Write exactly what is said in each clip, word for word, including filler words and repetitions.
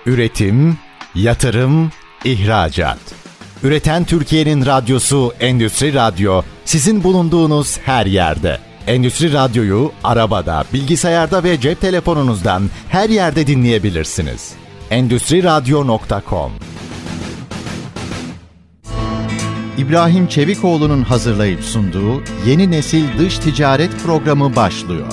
Üretim, yatırım, ihracat. Üreten Türkiye'nin radyosu Endüstri Radyo, sizin bulunduğunuz her yerde. Endüstri Radyo'yu arabada, bilgisayarda ve cep telefonunuzdan her yerde dinleyebilirsiniz. endüstri radyo nokta com. İbrahim Çevikoğlu'nun hazırlayıp sunduğu Yeni Nesil Dış Ticaret Programı başlıyor.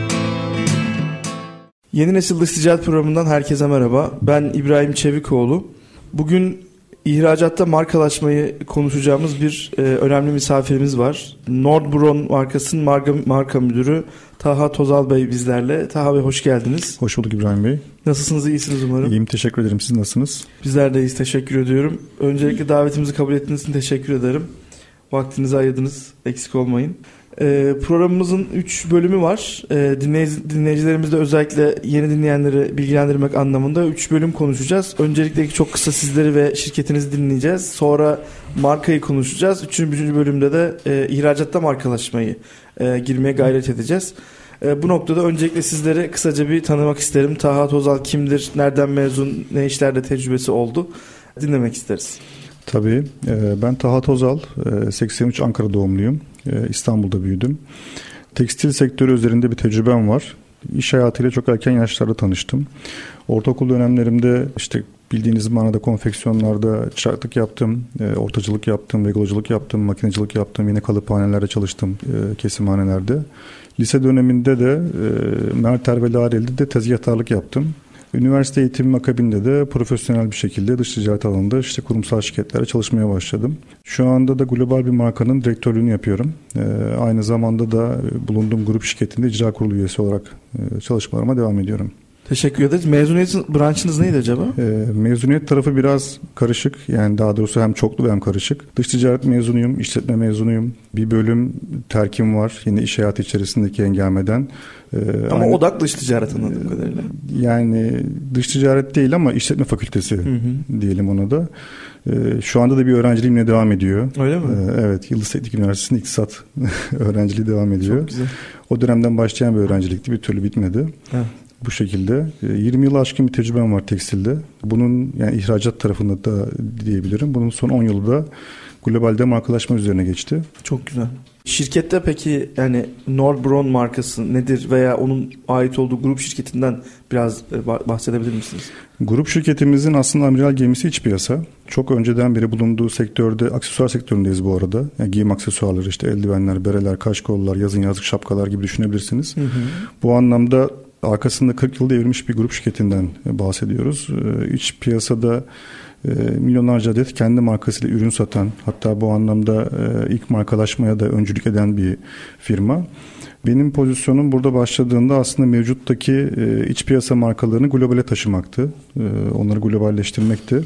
Yeni Nesil Dış Ticaret Programı'ndan herkese merhaba. Ben İbrahim Çevikoğlu. Bugün ihracatta markalaşmayı konuşacağımız bir e, önemli misafirimiz var. Nordbron markasının marka, marka müdürü Taha Tozal Bey bizlerle. Taha Bey hoş geldiniz. Hoş bulduk İbrahim Bey. Nasılsınız, iyisiniz umarım? İyiyim, teşekkür ederim. Siz nasılsınız? Bizler de iyiyiz, teşekkür ediyorum. Öncelikle davetimizi kabul ettiğiniz için teşekkür ederim. Vaktinizi ayırdınız, eksik olmayın. Ee, programımızın üç bölümü var. Ee, dinleyici, dinleyicilerimizde özellikle yeni dinleyenleri bilgilendirmek anlamında üç bölüm konuşacağız. Öncelikle çok kısa sizleri ve şirketinizi dinleyeceğiz. Sonra markayı konuşacağız. Üçüncü, üçüncü bölümde de e, ihracatta markalaşmayı e, girmeye gayret edeceğiz. E, bu noktada öncelikle sizleri kısaca bir tanımak isterim. Taha Tozal kimdir, nereden mezun, ne işlerde tecrübesi oldu dinlemek isteriz. Tabii. Ben Taha Tozal, seksen üç Ankara doğumluyum. İstanbul'da büyüdüm. Tekstil sektörü üzerinde bir tecrübem var. İş hayatıyla çok erken yaşlarda tanıştım. Ortaokul dönemlerimde işte bildiğiniz manada konfeksiyonlarda çıraklık yaptım, ortacılık yaptım, regolacılık yaptım, makinecilik yaptım, yine kalıphanelerde çalıştım, kesimhanelerde. Lise döneminde de Merter ve Lareli'de de tezgahtarlık yaptım. Üniversite eğitimim akabinde de profesyonel bir şekilde dış ticaret alanında işte kurumsal şirketlere çalışmaya başladım. Şu anda da global bir markanın direktörlüğünü yapıyorum. Ee, aynı zamanda da bulunduğum grup şirketinde icra kurulu üyesi olarak e, çalışmalarıma devam ediyorum. Teşekkür ederiz. Mezuniyet branşınız neydi acaba? E, mezuniyet tarafı biraz karışık. Yani daha doğrusu hem çoklu hem karışık. Dış ticaret mezunuyum, işletme mezunuyum. Bir bölüm terkim var yine iş hayatı içerisindeki engelmeden. E, ama aynı, odak dış ticaret anladığım kadarıyla. Yani dış ticaret değil ama işletme fakültesi hı hı. diyelim ona da. E, şu anda da bir öğrenciliğimle devam ediyor. Öyle mi? E, evet, Yıldız Teknik Üniversitesi'nde iktisat öğrenciliği devam ediyor. Çok güzel. O dönemden başlayan bir öğrencilikti, bir türlü bitmedi. Evet. Bu şekilde. yirmi yılı aşkın bir tecrübem var tekstilde. Bunun yani ihracat tarafında da diyebilirim. Bunun son on yılı da globalde markalaşma üzerine geçti. Çok güzel. Şirkette peki yani Nordbron markası nedir veya onun ait olduğu grup şirketinden biraz bahsedebilir misiniz? Grup şirketimizin aslında amiral gemisi iç piyasa. Çok önceden beri bulunduğu sektörde, aksesuar sektöründeyiz bu arada. Yani giyim aksesuarları, işte eldivenler, bereler, kaşkollar, yazın yazlık şapkalar gibi düşünebilirsiniz. Hı hı. Bu anlamda arkasında kırk yıl devirmiş bir grup şirketinden bahsediyoruz. İç piyasada milyonlarca adet kendi markasıyla ürün satan, hatta bu anlamda ilk markalaşmaya da öncülük eden bir firma. Benim pozisyonum burada başladığında aslında mevcuttaki iç piyasa markalarını globale taşımaktı. Onları globalleştirmekti.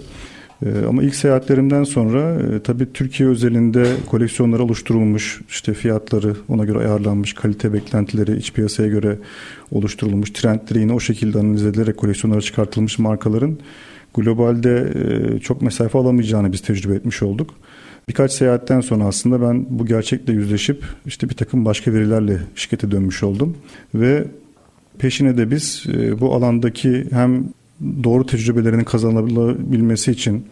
Ama ilk seyahatlerimden sonra tabii Türkiye özelinde koleksiyonlar oluşturulmuş, işte fiyatları ona göre ayarlanmış, kalite beklentileri iç piyasaya göre oluşturulmuş, trendleri yine o şekilde analiz edilerek koleksiyonlara çıkartılmış markaların globalde çok mesafe alamayacağını biz tecrübe etmiş olduk. Birkaç seyahatten sonra aslında ben bu gerçekle yüzleşip işte bir takım başka verilerle şirkete dönmüş oldum ve peşine de biz bu alandaki hem doğru tecrübelerinin kazanılabilmesi için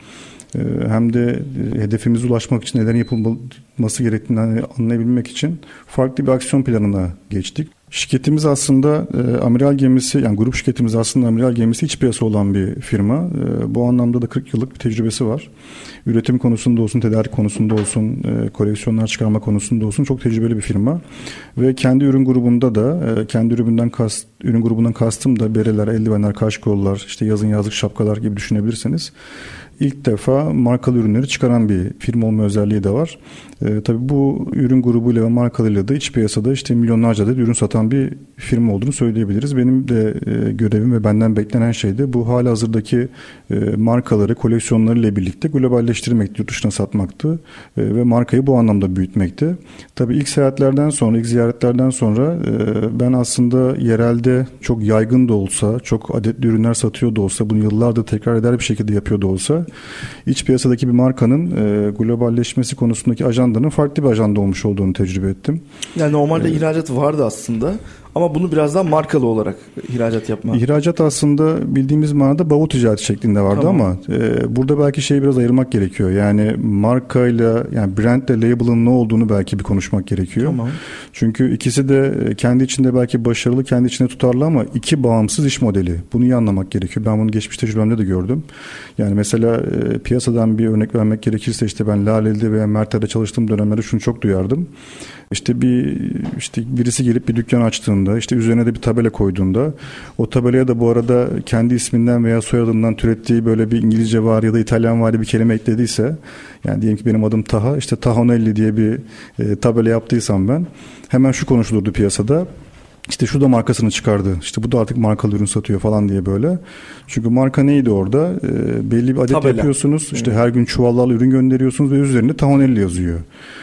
hem de hedefimize ulaşmak için nelerin yapılması gerektiğini anlayabilmek için farklı bir aksiyon planına geçtik. Şirketimiz aslında e, amiral gemisi, yani grup şirketimiz aslında amiral gemisi iç piyasa olan bir firma. E, bu anlamda da kırk yıllık bir tecrübesi var. Üretim konusunda olsun, tedarik konusunda olsun, e, koleksiyonlar çıkarma konusunda olsun çok tecrübeli bir firma. Ve kendi ürün grubunda da, e, kendi ürününden kast, ürün grubundan kastım da bereler, eldivenler, kaşkollar, işte yazın yazlık şapkalar gibi düşünebilirsiniz. İlk defa markalı ürünleri çıkaran bir firma olma özelliği de var. E, tabii bu ürün grubuyla ve markalarıyla da iç piyasada işte milyonlarca adet ürün satan bir firma olduğunu söyleyebiliriz. Benim de e, görevim ve benden beklenen şey de bu halihazırdaki e, markaları, koleksiyonlarıyla birlikte globalleştirmekti, yurt dışına satmaktı e, ve markayı bu anlamda büyütmekti. Tabii ilk seyahatlerden sonra, ilk ziyaretlerden sonra e, ben aslında yerelde çok yaygın da olsa, çok adetli ürünler satıyor da olsa, bunu yıllardır tekrar eder bir şekilde yapıyor da olsa, iç piyasadaki bir markanın e, globalleşmesi konusundaki ajandanın farklı bir ajanda olmuş olduğunu tecrübe ettim. Yani normalde evet. ihracat vardı aslında Ama bunu biraz daha markalı olarak ihracat yapmak. İhracat aslında bildiğimiz manada bavul ticareti şeklinde vardı, tamam. Ama e, burada belki şeyi biraz ayırmak gerekiyor. Yani markayla, yani brandle label'ın ne olduğunu belki bir konuşmak gerekiyor. Tamam. Çünkü ikisi de kendi içinde belki başarılı, kendi içinde tutarlı ama iki bağımsız iş modeli. Bunu iyi anlamak gerekiyor. Ben bunu geçmiş tecrübemde de gördüm. Yani mesela e, piyasadan bir örnek vermek gerekirse işte ben Laleli'de veya Merter'de çalıştığım dönemlerde şunu çok duyardım. İşte bir işte birisi gelip bir dükkan açtığında, işte üzerine de bir tabela koyduğunda, o tabelaya da bu arada kendi isminden veya soyadından türettiği böyle bir İngilizce var ya da İtalyan var bir kelime eklediyse, yani diyelim ki benim adım Taha, işte Tahonelli diye bir e, tabela yaptıysam ben, hemen şu konuşulurdu piyasada. İşte şu da markasını çıkardı. İşte bu da artık markalı ürün satıyor falan diye böyle. Çünkü marka neydi orada? E, belli bir adet tabela yapıyorsunuz. İşte evet. Her gün çuvallarla ürün gönderiyorsunuz ve üzerinde Tahonelli yazıyor.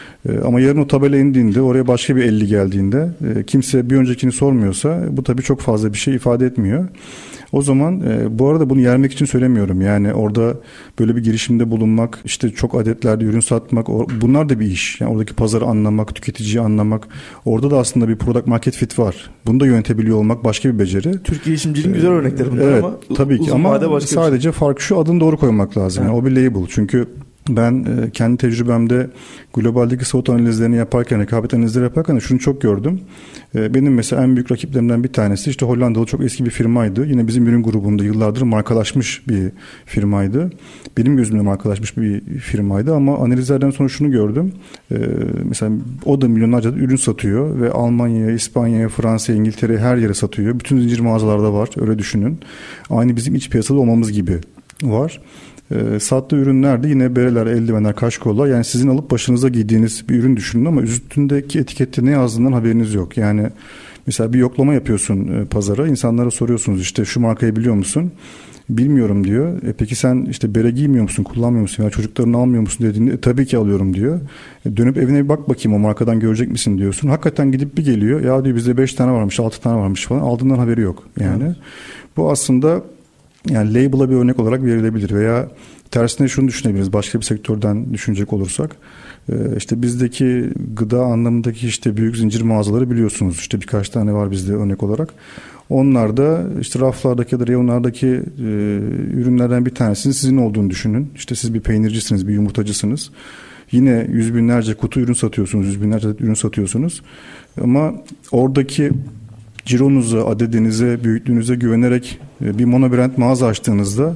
Ama yarın o tabela indiğinde, oraya başka bir elli geldiğinde kimse bir öncekini sormuyorsa bu tabii çok fazla bir şey ifade etmiyor. O zaman bu arada bunu yermek için söylemiyorum. Yani orada böyle bir girişimde bulunmak, işte çok adetlerde ürün satmak, bunlar da bir iş. Yani oradaki pazarı anlamak, tüketiciyi anlamak. Orada da aslında bir product market fit var. Bunu da yönetebiliyor olmak başka bir beceri. Türk girişimciliğin güzel örnekleri bunlar, evet, ama tabii ki, ama sadece şey. Fark şu, adını doğru koymak lazım. Yani o bir label. Çünkü ben e, kendi tecrübemde globaldeki SWOT analizlerini yaparken, rekabet analizleri yaparken şunu çok gördüm. E, benim mesela en büyük rakiplerimden bir tanesi işte Hollandalı çok eski bir firmaydı. Yine bizim ürün grubunda yıllardır markalaşmış bir firmaydı. Benim gözümde markalaşmış bir firmaydı ama analizlerden sonra şunu gördüm. E, mesela o da milyonlarca ürün satıyor ve Almanya'ya, İspanya'ya, Fransa'ya, İngiltere'ye her yere satıyor. Bütün zincir mağazalarda var, öyle düşünün. Aynı bizim iç piyasada olmamız gibi var. E, sattığı ürünler de yine bereler, eldivenler, kaşkollar. Yani sizin alıp başınıza giydiğiniz bir ürün düşünün ama üstündeki etikette ne yazdığından haberiniz yok. Yani mesela bir yoklama yapıyorsun e, pazara. İnsanlara soruyorsunuz, işte şu markayı biliyor musun? Bilmiyorum diyor. E peki sen işte bere giymiyor musun, kullanmıyor musun ya çocuklarını almıyor musun dediğinde e, tabii ki alıyorum diyor. E, dönüp evine bir bak bakayım, o markadan görecek misin diyorsun. Hakikaten gidip bir geliyor. Ya diyor bizde beş tane varmış, altı tane varmış falan. Aldığından haberi yok. Yani evet. Bu aslında yani label'a bir örnek olarak verilebilir veya tersine şunu düşünebiliriz. Başka bir sektörden düşünecek olursak, işte bizdeki gıda anlamındaki işte büyük zincir mağazaları biliyorsunuz. İşte birkaç tane var bizde örnek olarak. Onlar da işte raflardaki ya da reyonlardaki e, ürünlerden bir tanesinin sizin olduğunu düşünün. İşte siz bir peynircisiniz, bir yumurtacısınız. Yine yüz binlerce kutu ürün satıyorsunuz, yüz binlerce ürün satıyorsunuz. Ama oradaki cironuza, adedinize, büyüklüğünüze güvenerek bir monobrand mağaza açtığınızda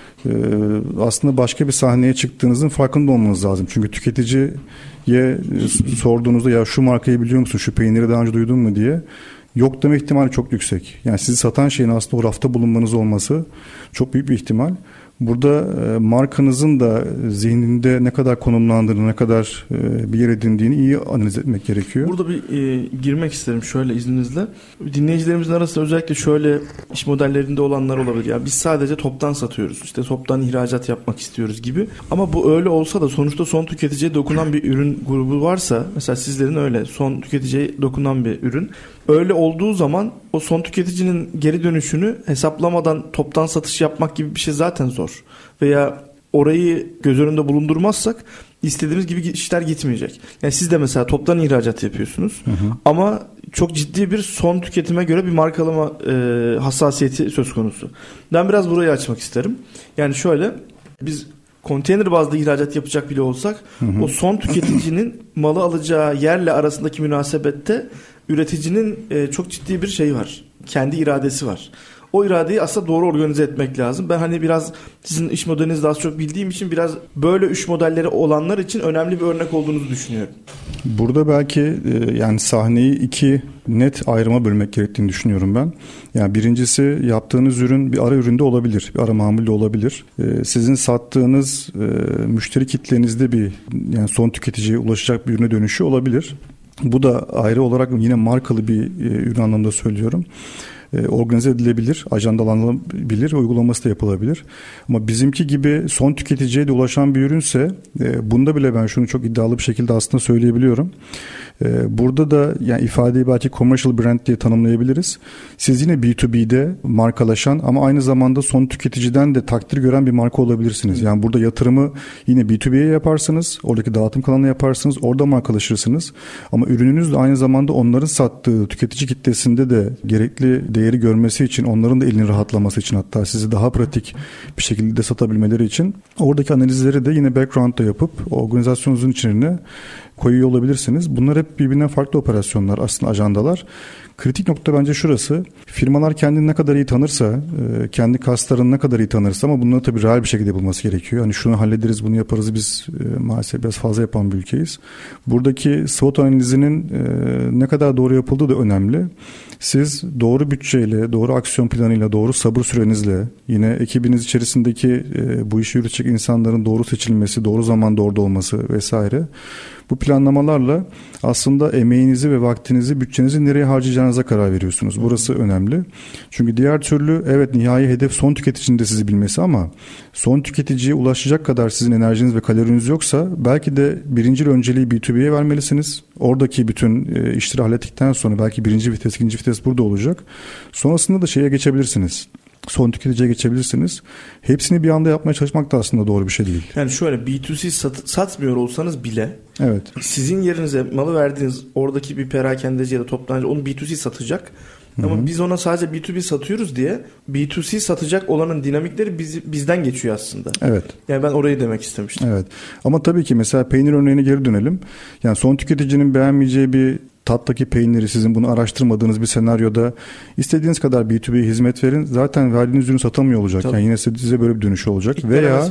aslında başka bir sahneye çıktığınızın farkında olmanız lazım. Çünkü tüketiciye sorduğunuzda ya şu markayı biliyor musun, şu peyniri daha önce duydun mu diye, yok deme ihtimali çok yüksek. Yani sizi satan şeyin aslında o rafta bulunmanız olması çok büyük bir ihtimal. Burada markanızın da zihninde ne kadar konumlandığını, ne kadar bir yer edindiğini iyi analiz etmek gerekiyor. Burada bir e, girmek isterim şöyle izninizle. Dinleyicilerimizin arasında özellikle şöyle iş modellerinde olanlar olabilir. Yani biz sadece toptan satıyoruz, İşte toptan ihracat yapmak istiyoruz gibi. Ama bu öyle olsa da sonuçta son tüketiciye dokunan bir ürün grubu varsa, mesela sizlerin öyle son tüketiciye dokunan bir ürün. Öyle olduğu zaman o son tüketicinin geri dönüşünü hesaplamadan toptan satış yapmak gibi bir şey zaten zor. Veya orayı göz önünde bulundurmazsak istediğimiz gibi işler gitmeyecek. Yani siz de mesela toptan ihracat yapıyorsunuz, hı hı. ama çok ciddi bir son tüketime göre bir markalama e, hassasiyeti söz konusu. Ben biraz burayı açmak isterim. Yani şöyle, biz konteyner bazlı ihracat yapacak bile olsak, hı hı. o son tüketicinin malı alacağı yerle arasındaki münasebette üreticinin e, çok ciddi bir şey var. Kendi iradesi var. O iradeyi aslında doğru organize etmek lazım. Ben hani biraz sizin iş modelinizi az çok bildiğim için biraz böyle iş modelleri olanlar için önemli bir örnek olduğunuzu düşünüyorum. Burada belki e, yani sahneyi iki net ayrıma bölmek gerektiğini düşünüyorum ben. Yani birincisi, yaptığınız ürün bir ara üründe olabilir, bir ara mamulde olabilir. E, sizin sattığınız e, müşteri kitlenizde bir, yani son tüketiciye ulaşacak bir ürüne dönüşü olabilir. Bu da ayrı olarak yine markalı bir e, ürün anlamında söylüyorum. e, organize edilebilir, ajandalanabilir, uygulaması da yapılabilir. Ama bizimki gibi son tüketiciye de ulaşan bir ürünse e, bunda bile ben şunu çok iddialı bir şekilde aslında söyleyebiliyorum. E, burada da yani ifadeyi belki commercial brand diye tanımlayabiliriz. Siz yine B iki B'de markalaşan ama aynı zamanda son tüketiciden de takdir gören bir marka olabilirsiniz. Yani burada yatırımı yine B iki B'ye yaparsınız. Oradaki dağıtım kanalına yaparsınız. Orada markalaşırsınız. Ama ürününüz de aynı zamanda onların sattığı tüketici kitlesinde de gerekli değeri görmesi için, onların da elini rahatlaması için, hatta sizi daha pratik bir şekilde de satabilmeleri için oradaki analizleri de yine background'da yapıp organizasyonunuzun içine koyuyor olabilirsiniz. Bunlar hep birbirinden farklı operasyonlar, aslında ajandalar. Kritik nokta bence şurası. Firmalar kendini ne kadar iyi tanırsa, kendi kaslarını ne kadar iyi tanırsa, ama bunları tabii real bir şekilde yapılması gerekiyor. Hani şunu hallederiz, bunu yaparız. Biz maalesef biraz fazla yapan bir ülkeyiz. Buradaki SWOT analizinin ne kadar doğru yapıldığı da önemli. Siz doğru bütçeyle, doğru aksiyon planıyla, doğru sabır sürenizle, yine ekibiniz içerisindeki bu işi yürütecek insanların doğru seçilmesi, doğru zamanda orada olması vesaire. Bu planlamalarla aslında emeğinizi ve vaktinizi, bütçenizi nereye harcayacağınıza karar veriyorsunuz. Burası önemli. Çünkü diğer türlü evet nihai hedef son tüketicinin de sizi bilmesi, ama son tüketiciye ulaşacak kadar sizin enerjiniz ve kaloriniz yoksa belki de birinci önceliği B iki B'ye vermelisiniz. Oradaki bütün işleri hallettikten sonra belki birinci vites, ikinci vites burada olacak. Sonrasında da şeye geçebilirsiniz. Son tüketiciye geçebilirsiniz. Hepsini bir anda yapmaya çalışmak da aslında doğru bir şey değil. Yani şöyle, B iki C sat, satmıyor olsanız bile evet, sizin yerinize malı verdiğiniz oradaki bir perakendeci ya da toptancı onu B iki C satacak. Hı-hı. Ama biz ona sadece B iki B satıyoruz diye B iki C satacak olanın dinamikleri biz, bizden geçiyor aslında. Evet. Yani ben orayı demek istemiştim. Evet. Ama tabii ki mesela peynir örneğine geri dönelim. Yani son tüketicinin beğenmeyeceği bir tattaki peyniri, sizin bunu araştırmadığınız bir senaryoda istediğiniz kadar B iki B'ye hizmet verin. Zaten verdiğiniz ürün satamıyor olacak. Tabii. Yani yine size böyle bir dönüşü olacak. İlk veya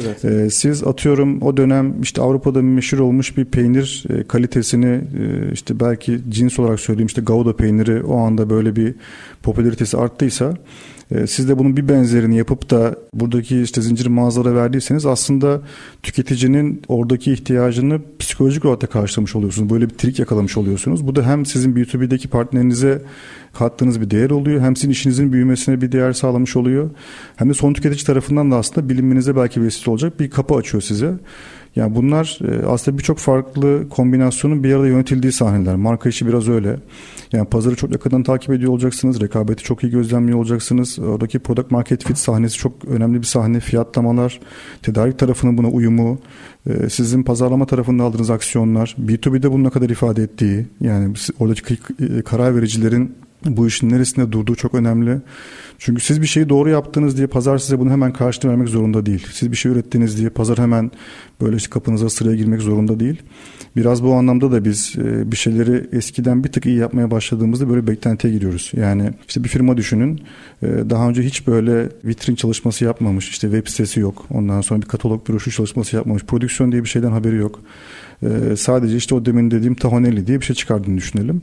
e, siz atıyorum o dönem işte Avrupa'da meşhur olmuş bir peynir e, kalitesini e, işte belki cins olarak söyleyeyim işte Gouda peyniri o anda böyle bir popülaritesi arttıysa, siz de bunun bir benzerini yapıp da buradaki işte zincir mağazalara verdiyseniz aslında tüketicinin oradaki ihtiyacını psikolojik olarak da karşılamış oluyorsunuz. Böyle bir trik yakalamış oluyorsunuz. Bu da hem sizin B iki B'deki partnerinize kattığınız bir değer oluyor, hem sizin işinizin büyümesine bir değer sağlamış oluyor. Hem de son tüketici tarafından da aslında bilinmenize belki vesile olacak bir kapı açıyor size. Yani bunlar aslında birçok farklı kombinasyonun bir arada yönetildiği sahneler. Marka işi biraz öyle. Yani pazarı çok yakından takip ediyor olacaksınız. Rekabeti çok iyi gözlemliyor olacaksınız. Oradaki product market fit sahnesi çok önemli bir sahne. Fiyatlamalar, tedarik tarafının buna uyumu, sizin pazarlama tarafında aldığınız aksiyonlar, B iki B'de bunun ne kadar ifade ettiği, yani oradaki karar vericilerin bu işin neresinde durduğu çok önemli. Çünkü siz bir şeyi doğru yaptınız diye pazar size bunu hemen karşılığını vermek zorunda değil. Siz bir şey ürettiniz diye pazar hemen böyle işte kapınıza sıraya girmek zorunda değil. Biraz bu anlamda da biz bir şeyleri eskiden bir tık iyi yapmaya başladığımızda böyle beklentiye giriyoruz. Yani işte bir firma düşünün, daha önce hiç böyle vitrin çalışması yapmamış, işte web sitesi yok, ondan sonra bir katalog broşür çalışması yapmamış, prodüksiyon diye bir şeyden haberi yok. Ee, sadece işte o demin dediğim Tahonelli diye bir şey çıkardığını düşünelim.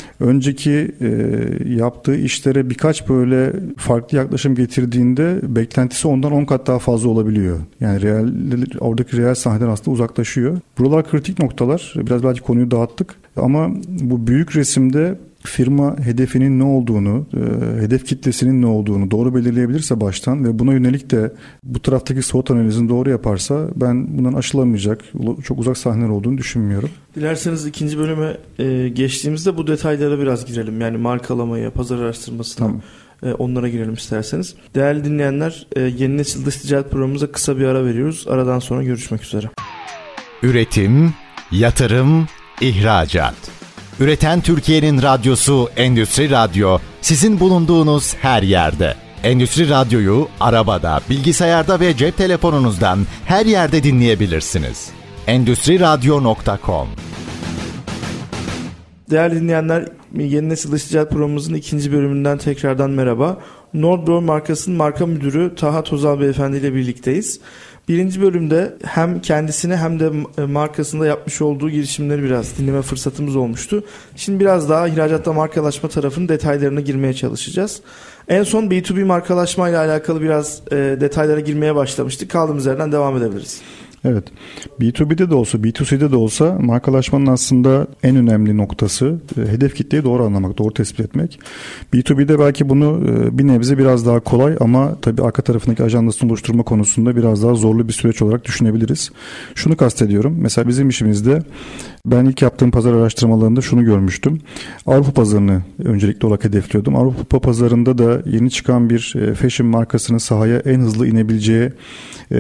Önceki e, yaptığı işlere birkaç böyle farklı yaklaşım getirdiğinde beklentisi ondan on kat daha fazla olabiliyor. Yani real, oradaki real sahneden aslında uzaklaşıyor. Buralar kritik noktalar. Biraz belki konuyu dağıttık. Ama bu büyük resimde firma hedefinin ne olduğunu, hedef kitlesinin ne olduğunu doğru belirleyebilirse baştan ve buna yönelik de bu taraftaki SWOT analizini doğru yaparsa ben bundan aşılamayacak, çok uzak sahneler olduğunu düşünmüyorum. Dilerseniz ikinci bölüme geçtiğimizde bu detaylara biraz girelim. Yani markalamaya, pazar araştırmasına, tamam, onlara girelim isterseniz. Değerli dinleyenler, Yeni Nesil Dış Ticaret programımıza kısa bir ara veriyoruz. Aradan sonra görüşmek üzere. Üretim, yatırım, ihracat. Üreten Türkiye'nin radyosu Endüstri Radyo, sizin bulunduğunuz her yerde. Endüstri Radyo'yu arabada, bilgisayarda ve cep telefonunuzdan her yerde dinleyebilirsiniz. endüstri radyo nokta com. Değerli dinleyenler, Yeni Nesil Dış Ticaret programımızın ikinci bölümünden tekrardan merhaba. Nordbro markasının marka müdürü Taha Tozal Beyefendi ile birlikteyiz. Birinci bölümde hem kendisine hem de markasında yapmış olduğu girişimleri biraz dinleme fırsatımız olmuştu. Şimdi biraz daha ihracatta markalaşma tarafının detaylarına girmeye çalışacağız. En son B iki B markalaşma ile alakalı biraz e, detaylara girmeye başlamıştık. Kaldığımız yerden devam edebiliriz. Evet. B iki B'de de olsa, B iki C'de de olsa markalaşmanın aslında en önemli noktası e, hedef kitleyi doğru anlamak, doğru tespit etmek. B iki B'de belki bunu e, bir nebze biraz daha kolay ama tabii arka tarafındaki ajandasını oluşturma konusunda biraz daha zorlu bir süreç olarak düşünebiliriz. Şunu kastediyorum. Mesela bizim işimizde ben ilk yaptığım pazar araştırmalarında şunu görmüştüm. Avrupa pazarını öncelikli olarak hedefliyordum. Avrupa pazarında da yeni çıkan bir fashion markasının sahaya en hızlı inebileceği e,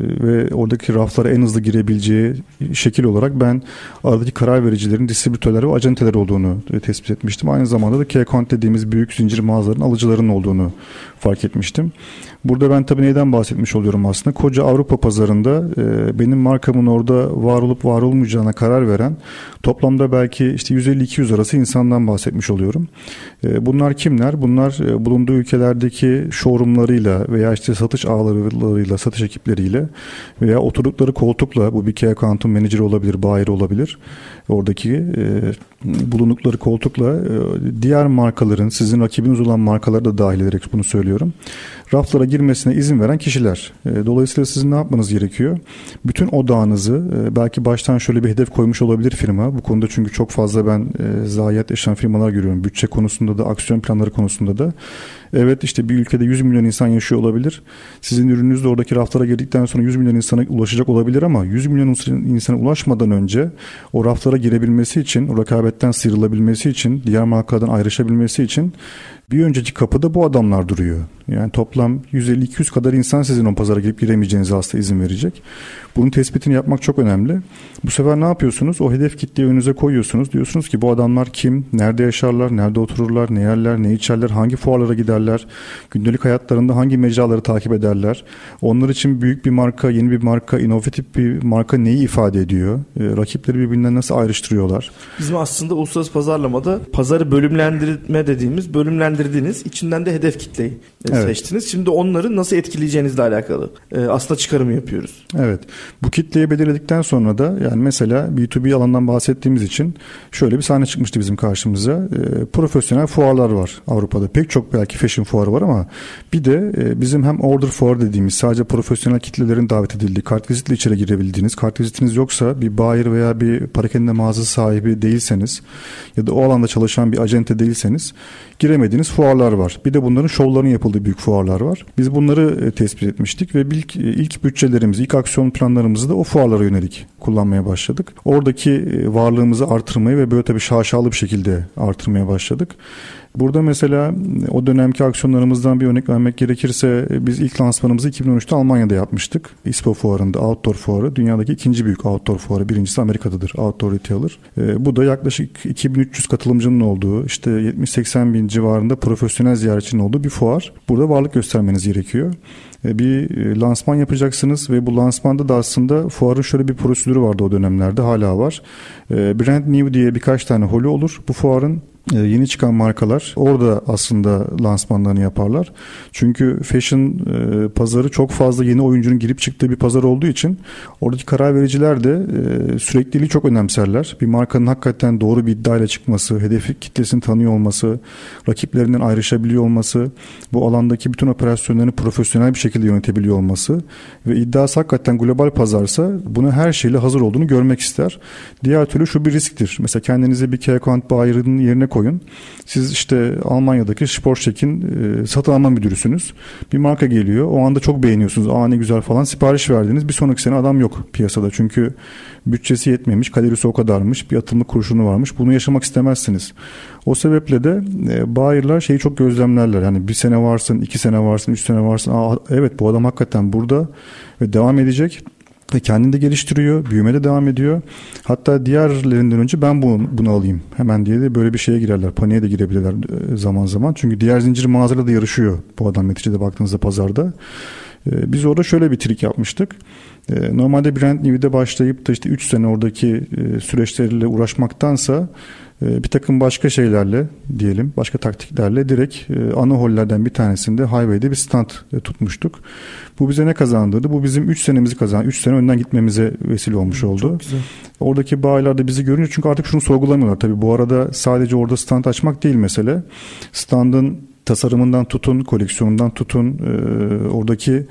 ve oradaki raflara en hızlı girebileceği şekil olarak ben aradaki karar vericilerin distribütörler ve acenteler olduğunu tespit etmiştim. Aynı zamanda da K-Count dediğimiz büyük zincir mağazaların alıcılarının olduğunu fark etmiştim. Burada ben tabii neyden bahsetmiş oluyorum aslında? Koca Avrupa pazarında e, benim markamın orada var olup var olmayacağına karar veren toplamda belki işte yüz elli iki yüz arası insandan bahsetmiş oluyorum. E, bunlar kimler? Bunlar e, bulunduğu ülkelerdeki showroomlarıyla veya işte satış ağlarıyla, satış ekipleriyle veya oturdukları koltukla, bu bir key account'un menajeri olabilir, buyer olabilir. Oradaki e, bulundukları koltukla e, diğer markaların, sizin rakibiniz olan markaları da dahil ederek bunu söylüyorum, raflara girmesine izin veren kişiler. E, dolayısıyla sizin ne yapmanız gerekiyor? Bütün odağınızı, e, belki baştan şöyle bir hedef koymuş olabilir firma. Bu konuda çünkü çok fazla ben e, zayiat yaşayan firmalar görüyorum. Bütçe konusunda da, aksiyon planları konusunda da. Evet, işte bir ülkede yüz milyon insan yaşıyor olabilir. Sizin ürününüz de oradaki raflara girdikten sonra yüz milyon insana ulaşacak olabilir ama yüz milyon insana ulaşmadan önce o raflara girebilmesi için, o rekabetten sıyrılabilmesi için, diğer markalardan ayrışabilmesi için bir önceki kapıda bu adamlar duruyor. Yani toplam yüz elli iki yüz kadar insan sizin o pazara girip giremeyeceğinize aslında izin verecek. Bunun tespitini yapmak çok önemli. Bu sefer ne yapıyorsunuz? O hedef kitleyi önünüze koyuyorsunuz. Diyorsunuz ki bu adamlar kim? Nerede yaşarlar? Nerede otururlar? Ne yerler? Ne içerler? Hangi fuarlara giderler? Gündelik hayatlarında hangi mecraları takip ederler? Onlar için büyük bir marka, yeni bir marka, inovatif bir marka neyi ifade ediyor? E, rakipleri birbirinden nasıl ayrıştırıyorlar? Bizim aslında uluslararası pazarlamada pazarı bölümlendirme dediğimiz, bölümlendirdiğiniz, içinden de hedef kitleyi evet. seçtiniz. Şimdi onları nasıl etkileyeceğinizle alakalı e, aslında çıkarımı yapıyoruz. Evet. Bu kitleyi belirledikten sonra da yani mesela B iki B alandan bahsettiğimiz için şöyle bir sahne çıkmıştı bizim karşımıza. E, profesyonel fuarlar var Avrupa'da. Pek çok belki fashion fuarı var ama bir de e, bizim hem order fuar dediğimiz, sadece profesyonel kitlelerin davet edildiği, kartvizitle içeri girebildiğiniz, kartvizitiniz yoksa bir buyer veya bir parakende mağaza sahibi değilseniz ya da o alanda çalışan bir acente değilseniz giremediğiniz fuarlar var. Bir de bunların şovların yapıldığı büyük fuarlar var. Biz bunları e, tespit etmiştik ve ilk, ilk bütçelerimizi, ilk aksiyon planlarımızı da o fuarlara yönelik kullanmaya başladık. Oradaki e, varlığımızı artırmayı ve böyle tabii şaşalı bir şekilde artırmaya başladık. Burada mesela o dönemki aksiyonlarımızdan bir örnek vermek gerekirse biz ilk lansmanımızı iki bin on üçte Almanya'da yapmıştık. ISPO fuarında, outdoor fuarı. Dünyadaki ikinci büyük outdoor fuarı. Birincisi Amerika'dadır, outdoor retailer. E, bu da yaklaşık iki bin üç yüz katılımcının olduğu, işte yetmiş seksen bin civarında profesyonel ziyaretçinin olduğu bir fuar. Burada varlık göstermeniz gerekiyor. Bir lansman yapacaksınız ve bu lansmanda da aslında fuarın şöyle bir prosedürü vardı o dönemlerde, hala var. Brand New diye birkaç tane holü olur bu fuarın. Yeni çıkan markalar orada aslında lansmanlarını yaparlar. Çünkü fashion e, pazarı çok fazla yeni oyuncunun girip çıktığı bir pazar olduğu için oradaki karar vericiler de e, sürekliliği çok önemserler. Bir markanın hakikaten doğru bir iddiayla çıkması, hedef kitlesini tanıyor olması, rakiplerinden ayrışabiliyor olması, bu alandaki bütün operasyonlarını profesyonel bir şekilde yönetebiliyor olması ve iddiası hakikaten global pazarsa buna her şeyle hazır olduğunu görmek ister. Diğer türlü şu bir risktir. Mesela kendinize bir key account buyer'ın yerine koyun. Siz işte Almanya'daki Sportcheck'in e, satın alma müdürüsünüz. Bir marka geliyor. O anda çok beğeniyorsunuz. Aa ne güzel falan. Sipariş verdiniz. Bir sonraki sene adam yok piyasada. Çünkü bütçesi yetmemiş. Kalorisi o kadarmış. Bir atımlık kurşunu varmış. Bunu yaşamak istemezsiniz. O sebeple de e, buyer'lar şeyi çok gözlemlerler. Yani bir sene varsın, iki sene varsın, üç sene varsın. Aa, evet bu adam hakikaten burada ve devam edecek. Ve kendini de geliştiriyor, büyüme de devam ediyor. Hatta diğerlerinden önce ben bunu, bunu alayım hemen diye de böyle bir şeye girerler. Paniğe de girebilirler zaman zaman. Çünkü diğer zincir mağazalarla da yarışıyor bu adam neticede baktığınızda pazarda. Biz orada şöyle bir trik yapmıştık. Normalde Brand New'de başlayıp da işte üç sene oradaki süreçlerle uğraşmaktansa bir takım başka şeylerle diyelim, başka taktiklerle direkt ana hollerden bir tanesinde highway'de bir stand tutmuştuk. Bu bize ne kazandırdı? Bu bizim üç senemizi kazandı. üç sene önden gitmemize vesile olmuş oldu. Çok güzel. Oradaki bayiler de bizi görünce çünkü artık şunu sorgulamıyorlar. Tabii bu arada sadece orada stand açmak değil mesele. Standın tasarımından tutun, koleksiyonundan tutun, oradaki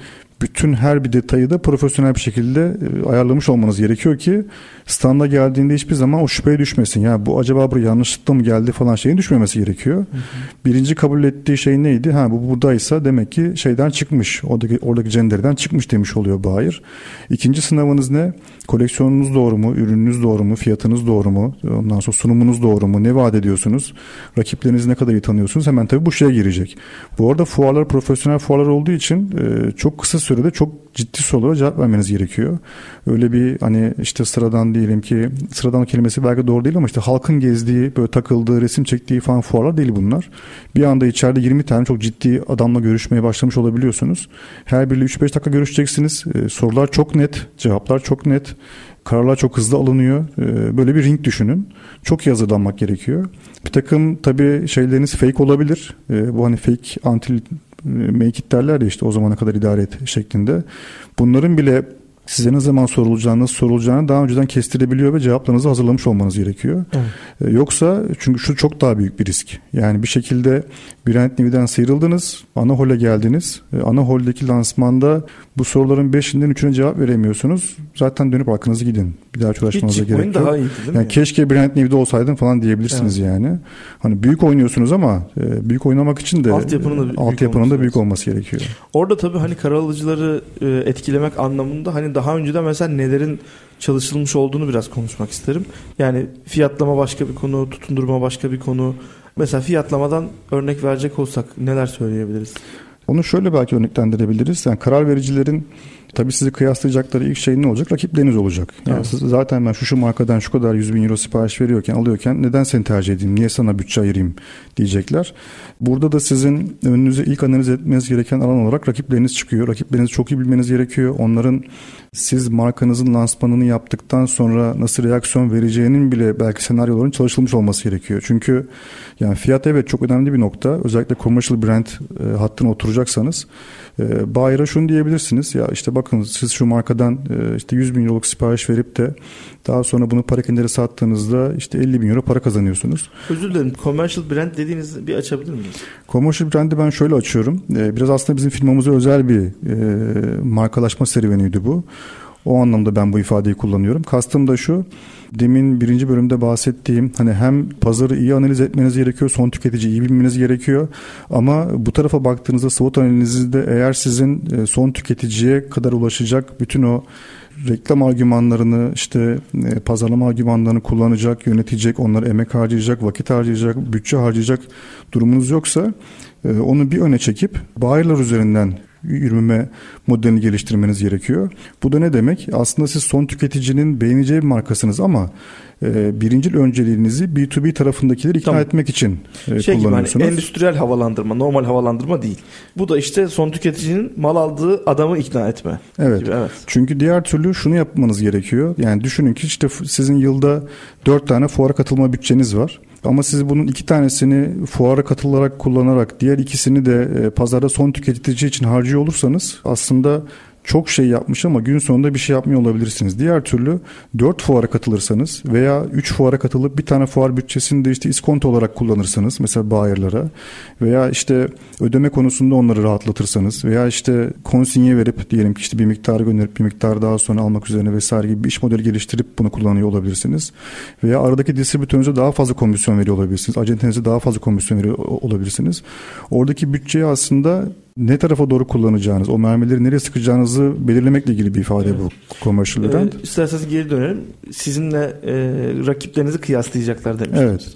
bütün her bir detayı da profesyonel bir şekilde ayarlamış olmanız gerekiyor ki standa geldiğinde hiçbir zaman o şüpheye düşmesin. Ya bu acaba buraya yanlışlıkla mı geldi falan şeyin düşmemesi gerekiyor. Hı hı. Birinci kabul ettiği şey neydi? Ha bu buradaysa demek ki şeyden çıkmış. Oradaki oradaki cendereden çıkmış demiş oluyor buyer. İkinci sınavınız ne? Koleksiyonunuz doğru mu? Ürününüz doğru mu? Fiyatınız doğru mu? Ondan sonra sunumunuz doğru mu? Ne vaat ediyorsunuz? Rakiplerinizi ne kadar iyi tanıyorsunuz? Hemen tabii bu şeye girecek. Bu arada fuarlar profesyonel fuarlar olduğu için e, çok kısa sürede çok ciddi sorulara cevap vermeniz gerekiyor. Öyle bir hani işte sıradan diyelim ki sıradan kelimesi belki doğru değil ama işte halkın gezdiği, böyle takıldığı, resim çektiği falan fuarlar değil bunlar. Bir anda içeride yirmi tane çok ciddi adamla görüşmeye başlamış olabiliyorsunuz. Her biriyle üç beş dakika görüşeceksiniz. E, sorular çok net, cevaplar çok net. Kararlar çok hızlı alınıyor. Böyle bir ring düşünün. Çok iyi hazırlanmak gerekiyor. Bir takım tabii şeyleriniz fake olabilir. Bu hani fake until make it derler ya işte o zamana kadar idare et şeklinde. Bunların bile size ne zaman sorulacağını, nasıl sorulacağını daha önceden kestirebiliyor ve cevaplarınızı hazırlamış olmanız gerekiyor. Evet. Yoksa çünkü şu çok daha büyük bir risk. Yani bir şekilde Brand New'den sıyrıldınız, ana hole geldiniz. Ana holdeki lansmanda bu soruların beşinden üçüne cevap veremiyorsunuz. Zaten dönüp arkanızı gidin. Bir daha uğraşmanıza gerek yok. Daha iyiydi, yani yani? Keşke Brand New'de olsaydım falan diyebilirsiniz evet. yani. Hani büyük oynuyorsunuz ama büyük oynamak için de altyapının da büyük, altyapının da büyük olması gerekiyor. Orada tabii hani karar alıcıları etkilemek anlamında hani daha önceden mesela nelerin çalışılmış olduğunu biraz konuşmak isterim. Yani fiyatlama başka bir konu, tutundurma başka bir konu. Mesela fiyatlamadan örnek verecek olsak neler söyleyebiliriz? Onu şöyle belki örneklendirebiliriz. Yani karar vericilerin tabii sizi kıyaslayacakları ilk şey ne olacak? Rakipleriniz olacak. Yani evet. Zaten ben şu şu markadan şu kadar yüz bin euro sipariş veriyorken, alıyorken neden seni tercih edeyim? Niye sana bütçe ayırayım diyecekler. Burada da sizin önünüze ilk analiz etmeniz gereken alan olarak rakipleriniz çıkıyor. Rakiplerinizi çok iyi bilmeniz gerekiyor. Onların siz markanızın lansmanını yaptıktan sonra nasıl reaksiyon vereceğinin bile belki senaryoların çalışılmış olması gerekiyor. Çünkü yani fiyat evet çok önemli bir nokta. Özellikle commercial brand e, hattına oturacaksanız e, buyer'a şunu diyebilirsiniz. Ya işte bakın siz şu markadan e, işte yüz bin euroluk sipariş verip de daha sonra bunu parakendere sattığınızda işte elli bin euro para kazanıyorsunuz. Özür dilerim. Commercial brand dediğinizi bir açabilir miyiz? Commercial brand'i ben şöyle açıyorum. E, biraz aslında bizim firmamıza özel bir e, markalaşma serüveniydi bu. O anlamda ben bu ifadeyi kullanıyorum. Kastım da şu, demin birinci bölümde bahsettiğim hani hem pazarı iyi analiz etmeniz gerekiyor, son tüketiciyi iyi bilmeniz gerekiyor ama bu tarafa baktığınızda SWOT analizinde eğer sizin son tüketiciye kadar ulaşacak bütün o reklam argümanlarını işte pazarlama argümanlarını kullanacak, yönetecek, onlara emek harcayacak, vakit harcayacak, bütçe harcayacak durumunuz yoksa onu bir öne çekip buyer'lar üzerinden yürüme modelini geliştirmeniz gerekiyor. Bu da ne demek? Aslında siz son tüketicinin beğeneceği bir markasınız ama e, birincil önceliğinizi B iki B tarafındakileri ikna tamam. etmek için e, şey kullanıyorsunuz. Gibi hani endüstriyel havalandırma, normal havalandırma değil. Bu da işte son tüketicinin mal aldığı adamı ikna etme. Evet. Gibi, evet. Çünkü diğer türlü şunu yapmanız gerekiyor. Yani düşünün ki işte sizin yılda dört tane fuara katılma bütçeniz var. Ama siz bunun iki tanesini fuara katılarak kullanarak diğer ikisini de e, pazarda son tüketici için harcıyor olursanız aslında çok şey yapmış ama gün sonunda bir şey yapmıyor olabilirsiniz. Diğer türlü dört fuara katılırsanız veya üç fuara katılıp bir tane fuar bütçesini de işte iskonto olarak kullanırsanız mesela buyer'lara veya işte ödeme konusunda onları rahatlatırsanız veya işte konsinye verip diyelim ki işte bir miktarı gönderip bir miktar daha sonra almak üzerine vesaire gibi bir iş modeli geliştirip bunu kullanıyor olabilirsiniz. Veya aradaki distribütörünüze daha fazla komisyon veriyor olabilirsiniz. Acentenize daha fazla komisyon veriyor olabilirsiniz. Oradaki bütçeyi aslında ne tarafa doğru kullanacağınız, o mermileri nereye sıkacağınızı belirlemekle ilgili bir ifade evet. bu commercial brand. Ee, isterseniz geri dönelim. Sizinle e, rakiplerinizi kıyaslayacaklar demiştiniz. Evet.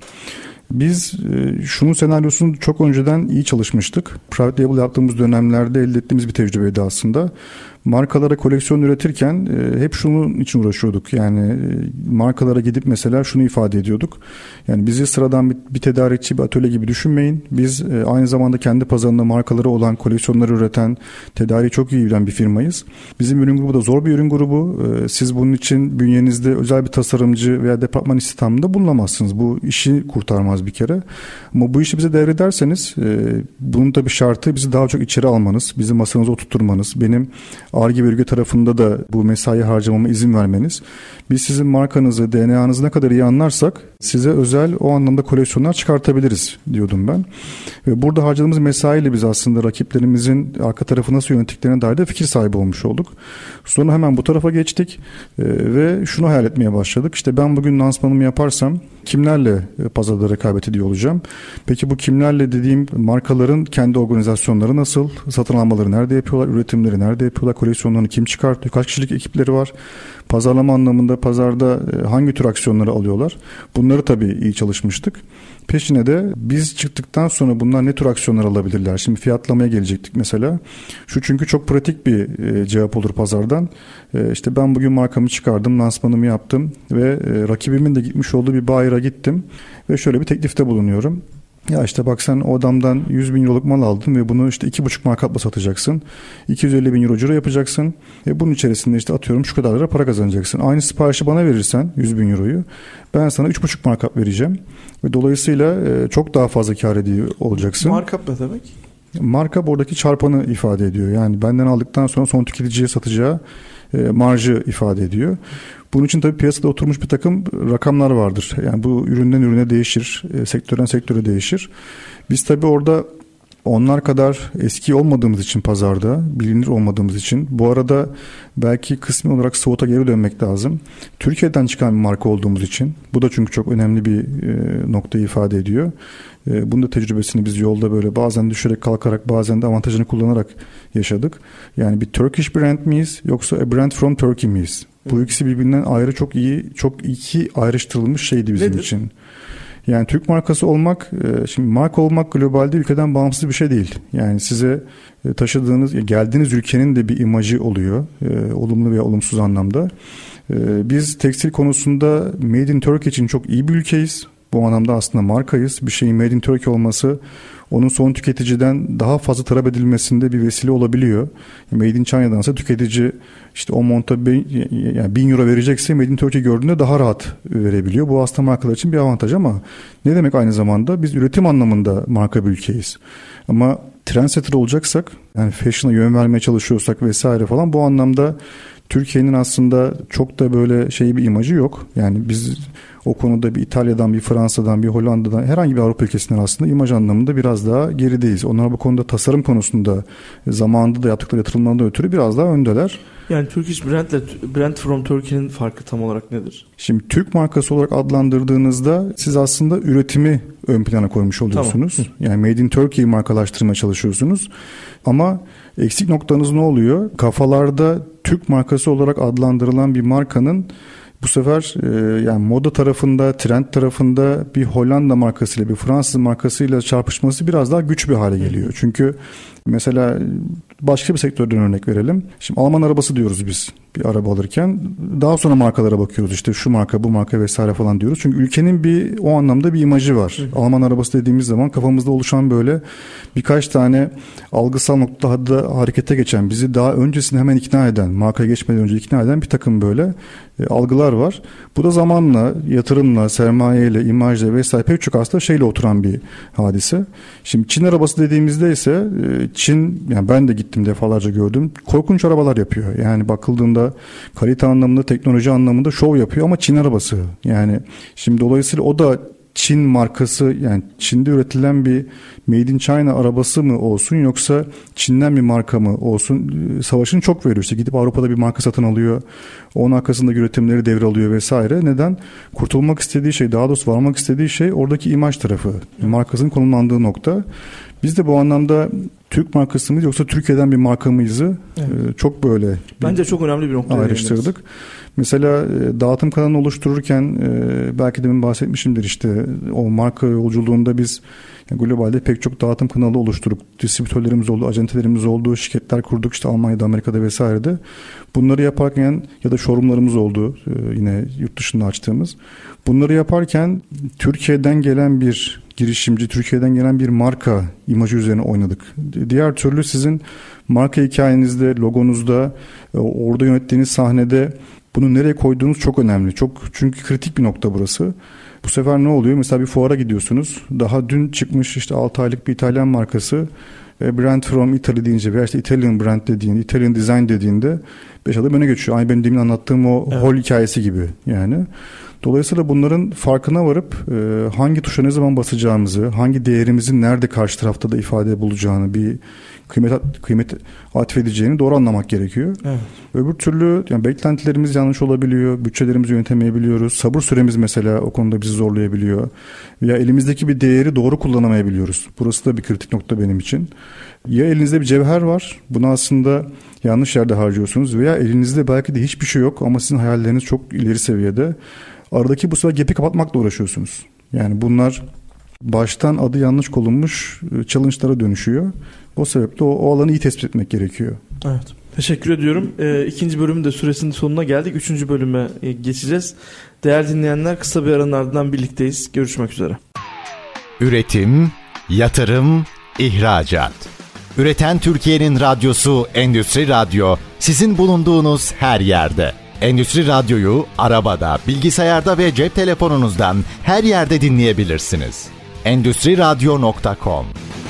Biz e, şunun senaryosunu çok önceden iyi çalışmıştık. Private label yaptığımız dönemlerde elde ettiğimiz bir tecrübeydi aslında. Markalara koleksiyon üretirken e, hep şunun için uğraşıyorduk. Yani e, markalara gidip mesela şunu ifade ediyorduk. Yani bizi sıradan bir, bir tedarikçi, bir atölye gibi düşünmeyin. Biz e, aynı zamanda kendi pazarında markaları olan, koleksiyonları üreten, tedariği çok iyi bilen bir firmayız. Bizim ürün grubu da zor bir ürün grubu. E, siz bunun için bünyenizde özel bir tasarımcı veya departman istihdamında bulunamazsınız. Bu işi kurtarmaz bir kere. Ama bu işi bize devrederseniz e, bunun da bir şartı bizi daha çok içeri almanız, bizi masanıza oturtmanız, benim Ar-Ge ve ürge tarafında da bu mesai harcamama izin vermeniz. Biz sizin markanızı, D N A'nızı ne kadar iyi anlarsak size özel o anlamda koleksiyonlar çıkartabiliriz diyordum ben. Ve burada harcadığımız mesaiyle biz aslında rakiplerimizin arka tarafı nasıl yönettiklerine dair de fikir sahibi olmuş olduk. Sonra hemen bu tarafa geçtik e, ve şunu hayal etmeye başladık. İşte ben bugün lansmanımı yaparsam kimlerle pazarda rekabet ediyor olacağım? Peki bu kimlerle dediğim markaların kendi organizasyonları nasıl? Satın almaları nerede yapıyorlar? Üretimleri nerede yapıyorlar? Koleksiyonlarını kim çıkartıyor? Kaç kişilik ekipleri var? Pazarlama anlamında pazarda hangi tür aksiyonları alıyorlar? Bunları tabii iyi çalışmıştık. Peşine de biz çıktıktan sonra bunlar ne tür aksiyonlar alabilirler? Şimdi fiyatlamaya gelecektik mesela. Şu çünkü çok pratik bir e, cevap olur pazardan. E, işte ben bugün markamı çıkardım, lansmanımı yaptım ve e, rakibimin de gitmiş olduğu bir buyer'a gittim ve şöyle bir teklifte bulunuyorum. Ya işte bak sen o adamdan yüz bin euroluk mal aldın ve bunu işte iki buçuk markatla satacaksın. iki yüz elli bin euro ciro yapacaksın. E bunun içerisinde işte atıyorum şu kadar lira para kazanacaksın. Aynı siparişi bana verirsen yüz bin euroyu ben sana üç buçuk markat vereceğim. Ve dolayısıyla e, çok daha fazla kar ediyor olacaksın. Markup ne demek? Markup oradaki çarpanı ifade ediyor. Yani benden aldıktan sonra son tüketiciye satacağı e, marjı ifade ediyor. Bunun için tabii piyasada oturmuş bir takım rakamlar vardır. Yani bu üründen ürüne değişir, e, sektörden sektöre değişir. Biz tabii orada onlar kadar eski olmadığımız için pazarda, bilinir olmadığımız için, bu arada belki kısmi olarak SWOT'a geri dönmek lazım. Türkiye'den çıkan bir marka olduğumuz için, bu da çünkü çok önemli bir e, noktayı ifade ediyor. E, bunun da tecrübesini biz yolda böyle bazen düşerek kalkarak, bazen de avantajını kullanarak yaşadık. Yani bir Turkish brand miyiz yoksa a brand from Turkey miyiz? Bu ikisi birbirinden ayrı çok iyi, çok iki ayrıştırılmış şeydi bizim Nedir? için. Yani Türk markası olmak, şimdi marka olmak globalde ülkeden bağımsız bir şey değil. Yani size taşıdığınız, geldiğiniz ülkenin de bir imajı oluyor. Olumlu veya olumsuz anlamda. Biz tekstil konusunda Made in Turkey için çok iyi bir ülkeyiz. Bu anlamda aslında markayız. Bir şeyin Made in Turkey olması onun son tüketiciden daha fazla talep edilmesinde bir vesile olabiliyor. Made in China'dansa tüketici işte o monta bin, yani bin euro verecekse Made in Turkey gördüğünde daha rahat verebiliyor. Bu aslında markalar için bir avantaj ama ne demek aynı zamanda? Biz üretim anlamında marka bir ülkeyiz. Ama trendsetter olacaksak, yani fashion'a yön vermeye çalışıyorsak vesaire falan, bu anlamda Türkiye'nin aslında çok da böyle şey bir imajı yok. Yani biz o konuda bir İtalya'dan, bir Fransa'dan, bir Hollanda'dan, herhangi bir Avrupa ülkesinden aslında imaj anlamında biraz daha gerideyiz. Onlar bu konuda tasarım konusunda zamanında da yaptıkları yatırımlardan ötürü biraz daha öndeler. Yani Turkish brand ile Brand from Turkey'nin farkı tam olarak nedir? Şimdi Türk markası olarak adlandırdığınızda siz aslında üretimi ön plana koymuş oluyorsunuz. Tamam. Yani Made in Turkey'yi markalaştırmaya çalışıyorsunuz. Ama eksik noktanız ne oluyor? Kafalarda Türk markası olarak adlandırılan bir markanın bu sefer e, yani moda tarafında, trend tarafında bir Hollanda markasıyla, bir Fransız markasıyla çarpışması biraz daha güç bir hale geliyor. Çünkü mesela başka bir sektörden örnek verelim. Şimdi Alman arabası diyoruz biz bir araba alırken. Daha sonra markalara bakıyoruz. İşte şu marka, bu marka vesaire falan diyoruz. Çünkü ülkenin bir o anlamda bir imajı var. Hı. Alman arabası dediğimiz zaman kafamızda oluşan böyle birkaç tane algısal noktada harekete geçen, bizi daha öncesinde hemen ikna eden, markaya geçmeden önce ikna eden bir takım böyle e, algılar var. Bu da zamanla, yatırımla, sermayeyle, imajla vesaire pek çok aslında şeyle oturan bir hadise. Şimdi Çin arabası dediğimizde ise e, Çin, yani ben de gittim defalarca gördüm, korkunç arabalar yapıyor. Yani bakıldığında kalite anlamında, teknoloji anlamında şov yapıyor ama Çin arabası. Yani şimdi dolayısıyla o da Çin markası, yani Çin'de üretilen bir Made in China arabası mı olsun yoksa Çin'den bir marka mı olsun, savaşını çok veriyor. İşte gidip Avrupa'da bir marka satın alıyor. Onun arkasında üretimleri devralıyor vesaire. Neden? Kurtulmak istediği şey, daha doğrusu varmak istediği şey oradaki imaj tarafı. Markasının konumlandığı nokta. Biz de bu anlamda Türk markası mıyız yoksa Türkiye'den bir marka mıyızı evet. çok böyle bence çok önemli bir nokta ayrıştırdık. Mesela dağıtım kanalını oluştururken belki demin bahsetmişimdir, işte o marka yolculuğunda biz globalde pek çok dağıtım kanalı oluşturduk. Distribütörlerimiz oldu, acentelerimiz oldu, şirketler kurduk işte Almanya'da, Amerika'da vesairede. Bunları yaparken ya da showroomlarımız oldu yine yurt dışında açtığımız. Bunları yaparken Türkiye'den gelen bir girişimci, Türkiye'den gelen bir marka imajı üzerine oynadık. Diğer türlü sizin marka hikayenizde, logonuzda, orada yönettiğiniz sahnede bunu nereye koyduğunuz çok önemli. Çok, çünkü kritik bir nokta burası. Bu sefer ne oluyor? Mesela bir fuara gidiyorsunuz. Daha dün çıkmış işte altı aylık bir İtalyan markası Brand from Italy deyince veya işte Italian brand dediğinde, Italian design dediğinde beş adım öne geçiyor. Aynı benim demin anlattığım o evet. Hol hikayesi gibi yani. Dolayısıyla bunların farkına varıp e, hangi tuşa ne zaman basacağımızı, hangi değerimizin nerede karşı tarafta da ifade bulacağını, bir kıymet kıymet atfedeceğini doğru anlamak gerekiyor. Evet. Öbür türlü yani beklentilerimiz yanlış olabiliyor, bütçelerimizi yönetemeyebiliyoruz, sabır süremiz mesela o konuda bizi zorlayabiliyor veya elimizdeki bir değeri doğru kullanamayabiliyoruz. Burası da bir kritik nokta benim için. Ya elinizde bir cevher var, bunu aslında yanlış yerde harcıyorsunuz veya elinizde belki de hiçbir şey yok ama sizin hayalleriniz çok ileri seviyede. Aradaki bu sefer gap'i kapatmakla uğraşıyorsunuz. Yani bunlar baştan adı yanlış konulmuş challenge'lara dönüşüyor. O sebeple o, o alanı iyi tespit etmek gerekiyor. Evet. Teşekkür ediyorum. Ee, ikinci bölümün de süresinin sonuna geldik. Üçüncü bölüme geçeceğiz. Değerli dinleyenler, kısa bir aranın ardından birlikteyiz. Görüşmek üzere. Üretim, yatırım, ihracat. Üreten Türkiye'nin radyosu Endüstri Radyo, sizin bulunduğunuz her yerde. Endüstri Radyo'yu arabada, bilgisayarda ve cep telefonunuzdan her yerde dinleyebilirsiniz. endüstri radyo nokta com.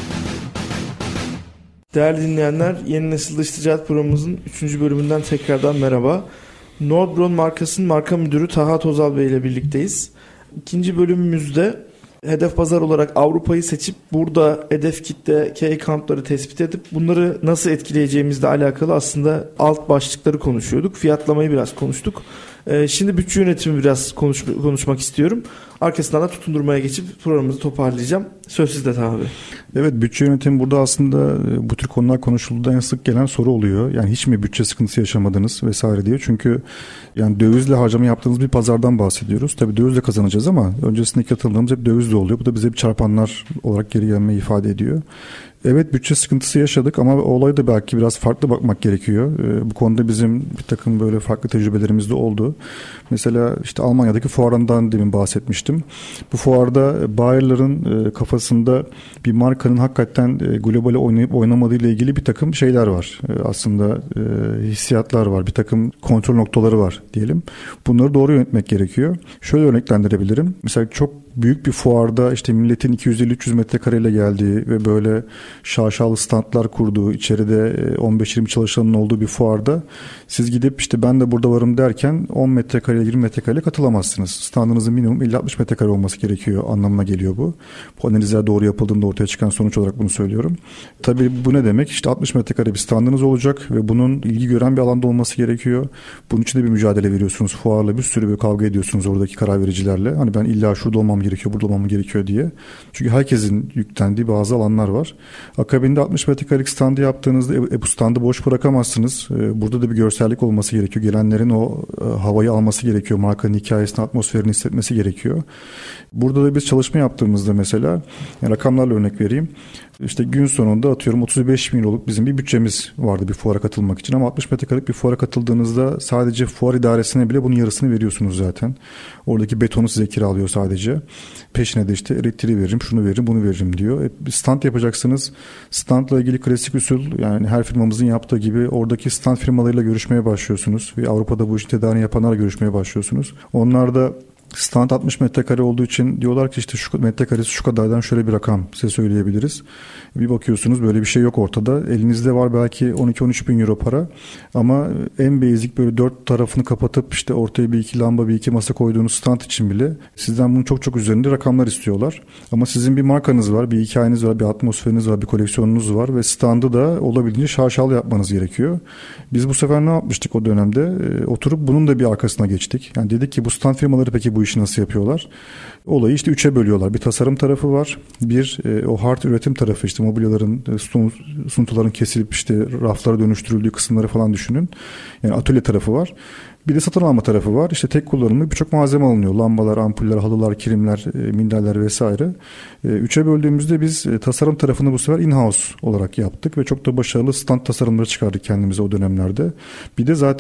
Değerli dinleyenler, Yeni Nesil Dış Ticaret programımızın üçüncü bölümünden tekrardan merhaba. Nordbron markasının marka müdürü Taha Tozal Bey ile birlikteyiz. İkinci bölümümüzde hedef pazar olarak Avrupa'yı seçip burada hedef kitle, key account'ları tespit edip bunları nasıl etkileyeceğimizle alakalı aslında alt başlıkları konuşuyorduk. Fiyatlamayı biraz konuştuk. Ee, şimdi bütçe yönetimi biraz konuş, konuşmak istiyorum. Arkasından da tutundurmaya geçip programımızı toparlayacağım. Söz sizde Taha Bey. Evet, bütçe yönetimi burada aslında bu tür konular konuşulduğunda en sık gelen soru oluyor. Yani hiç mi bütçe sıkıntısı yaşamadınız vesaire diye. Çünkü yani dövizle harcama yaptığımız bir pazardan bahsediyoruz. Tabii dövizle kazanacağız ama öncesindeki yatırımlarımız hep dövizle oluyor. Bu da bize bir çarpanlar olarak geri gelmeyi ifade ediyor. Evet, bütçe sıkıntısı yaşadık ama olaya da belki biraz farklı bakmak gerekiyor. Ee, bu konuda bizim bir takım böyle farklı tecrübelerimiz de oldu. Mesela işte Almanya'daki fuarından demin bahsetmiştim. Bu fuarda buyer'ların e, kafasında bir markanın hakikaten e, globale oynayıp oynamadığı ile ilgili bir takım şeyler var. E, aslında e, hissiyatlar var, bir takım kontrol noktaları var diyelim. Bunları doğru yönetmek gerekiyor. Şöyle örneklendirebilirim. Mesela çok büyük bir fuarda işte milletin iki yüz elli üç yüz metrekareyle geldiği ve böyle şaşalı standlar kurduğu, içeride on beş yirmi çalışanın olduğu bir fuarda siz gidip işte ben de burada varım derken on metrekare yirmi metrekare katılamazsınız. Standınızın minimum elli altmış metrekare olması gerekiyor anlamına geliyor bu. Bu analizler doğru yapıldığında ortaya çıkan sonuç olarak bunu söylüyorum. Tabii bu ne demek? İşte altmış metrekare bir standınız olacak ve bunun ilgi gören bir alanda olması gerekiyor. Bunun için de bir mücadele veriyorsunuz. Fuarla bir sürü bir kavga ediyorsunuz oradaki karar vericilerle. Hani ben illa şurada olmam gerekiyor, burada olmam gerekiyor diye. Çünkü herkesin yüklendiği bazı alanlar var. Akabinde altmış metrekarelik standı yaptığınızda e, bu standı boş bırakamazsınız. E, burada da bir görsellik olması gerekiyor. Gelenlerin o e, havayı alması gerekiyor. Markanın hikayesini, atmosferini hissetmesi gerekiyor. Burada da biz çalışma yaptığımızda mesela yani rakamlarla örnek vereyim. İşte gün sonunda atıyorum otuz beş bin euroluk bizim bir bütçemiz vardı bir fuara katılmak için ama altmış metrekarelik bir fuara katıldığınızda sadece fuar idaresine bile bunun yarısını veriyorsunuz zaten. Oradaki betonu size kiralıyor sadece. Peşine de işte elektriği veririm, şunu veririm, bunu veririm diyor. E, stand yapacaksınız. Standla ilgili klasik usul yani her firmamızın yaptığı gibi oradaki stand firmalarıyla görüşmeye başlıyorsunuz. Ve Avrupa'da bu işin tedarini yapanlarla görüşmeye başlıyorsunuz. Onlar da stand altmış metrekare olduğu için diyorlar ki işte şu metrekaresi şu kadardan şöyle bir rakam size söyleyebiliriz. Bir bakıyorsunuz böyle bir şey yok ortada. Elinizde var belki on iki on üç bin euro para ama en basic böyle dört tarafını kapatıp işte ortaya bir iki lamba bir iki masa koyduğunuz stand için bile sizden bunun çok çok üzerinde rakamlar istiyorlar. Ama sizin bir markanız var, bir hikayeniz var, bir atmosferiniz var, bir koleksiyonunuz var ve standı da olabildiğince şaşalı yapmanız gerekiyor. Biz bu sefer ne yapmıştık o dönemde? E, oturup bunun da bir arkasına geçtik. Yani dedik ki bu stand firmaları peki bu işi nasıl yapıyorlar? Olayı işte üçe bölüyorlar. Bir tasarım tarafı var. Bir e, o hard üretim tarafı işte mobilyaların, suntuların kesilip işte raflara dönüştürüldüğü kısımları falan düşünün. Yani atölye tarafı var. Bir de satın alma tarafı var. İşte tek kullanımlı birçok malzeme alınıyor. Lambalar, ampuller, halılar, kilimler, minderler vesaire. Üçe böldüğümüzde biz tasarım tarafını bu sefer in-house olarak yaptık ve çok da başarılı stand tasarımları çıkardık kendimize o dönemlerde. Bir de zaten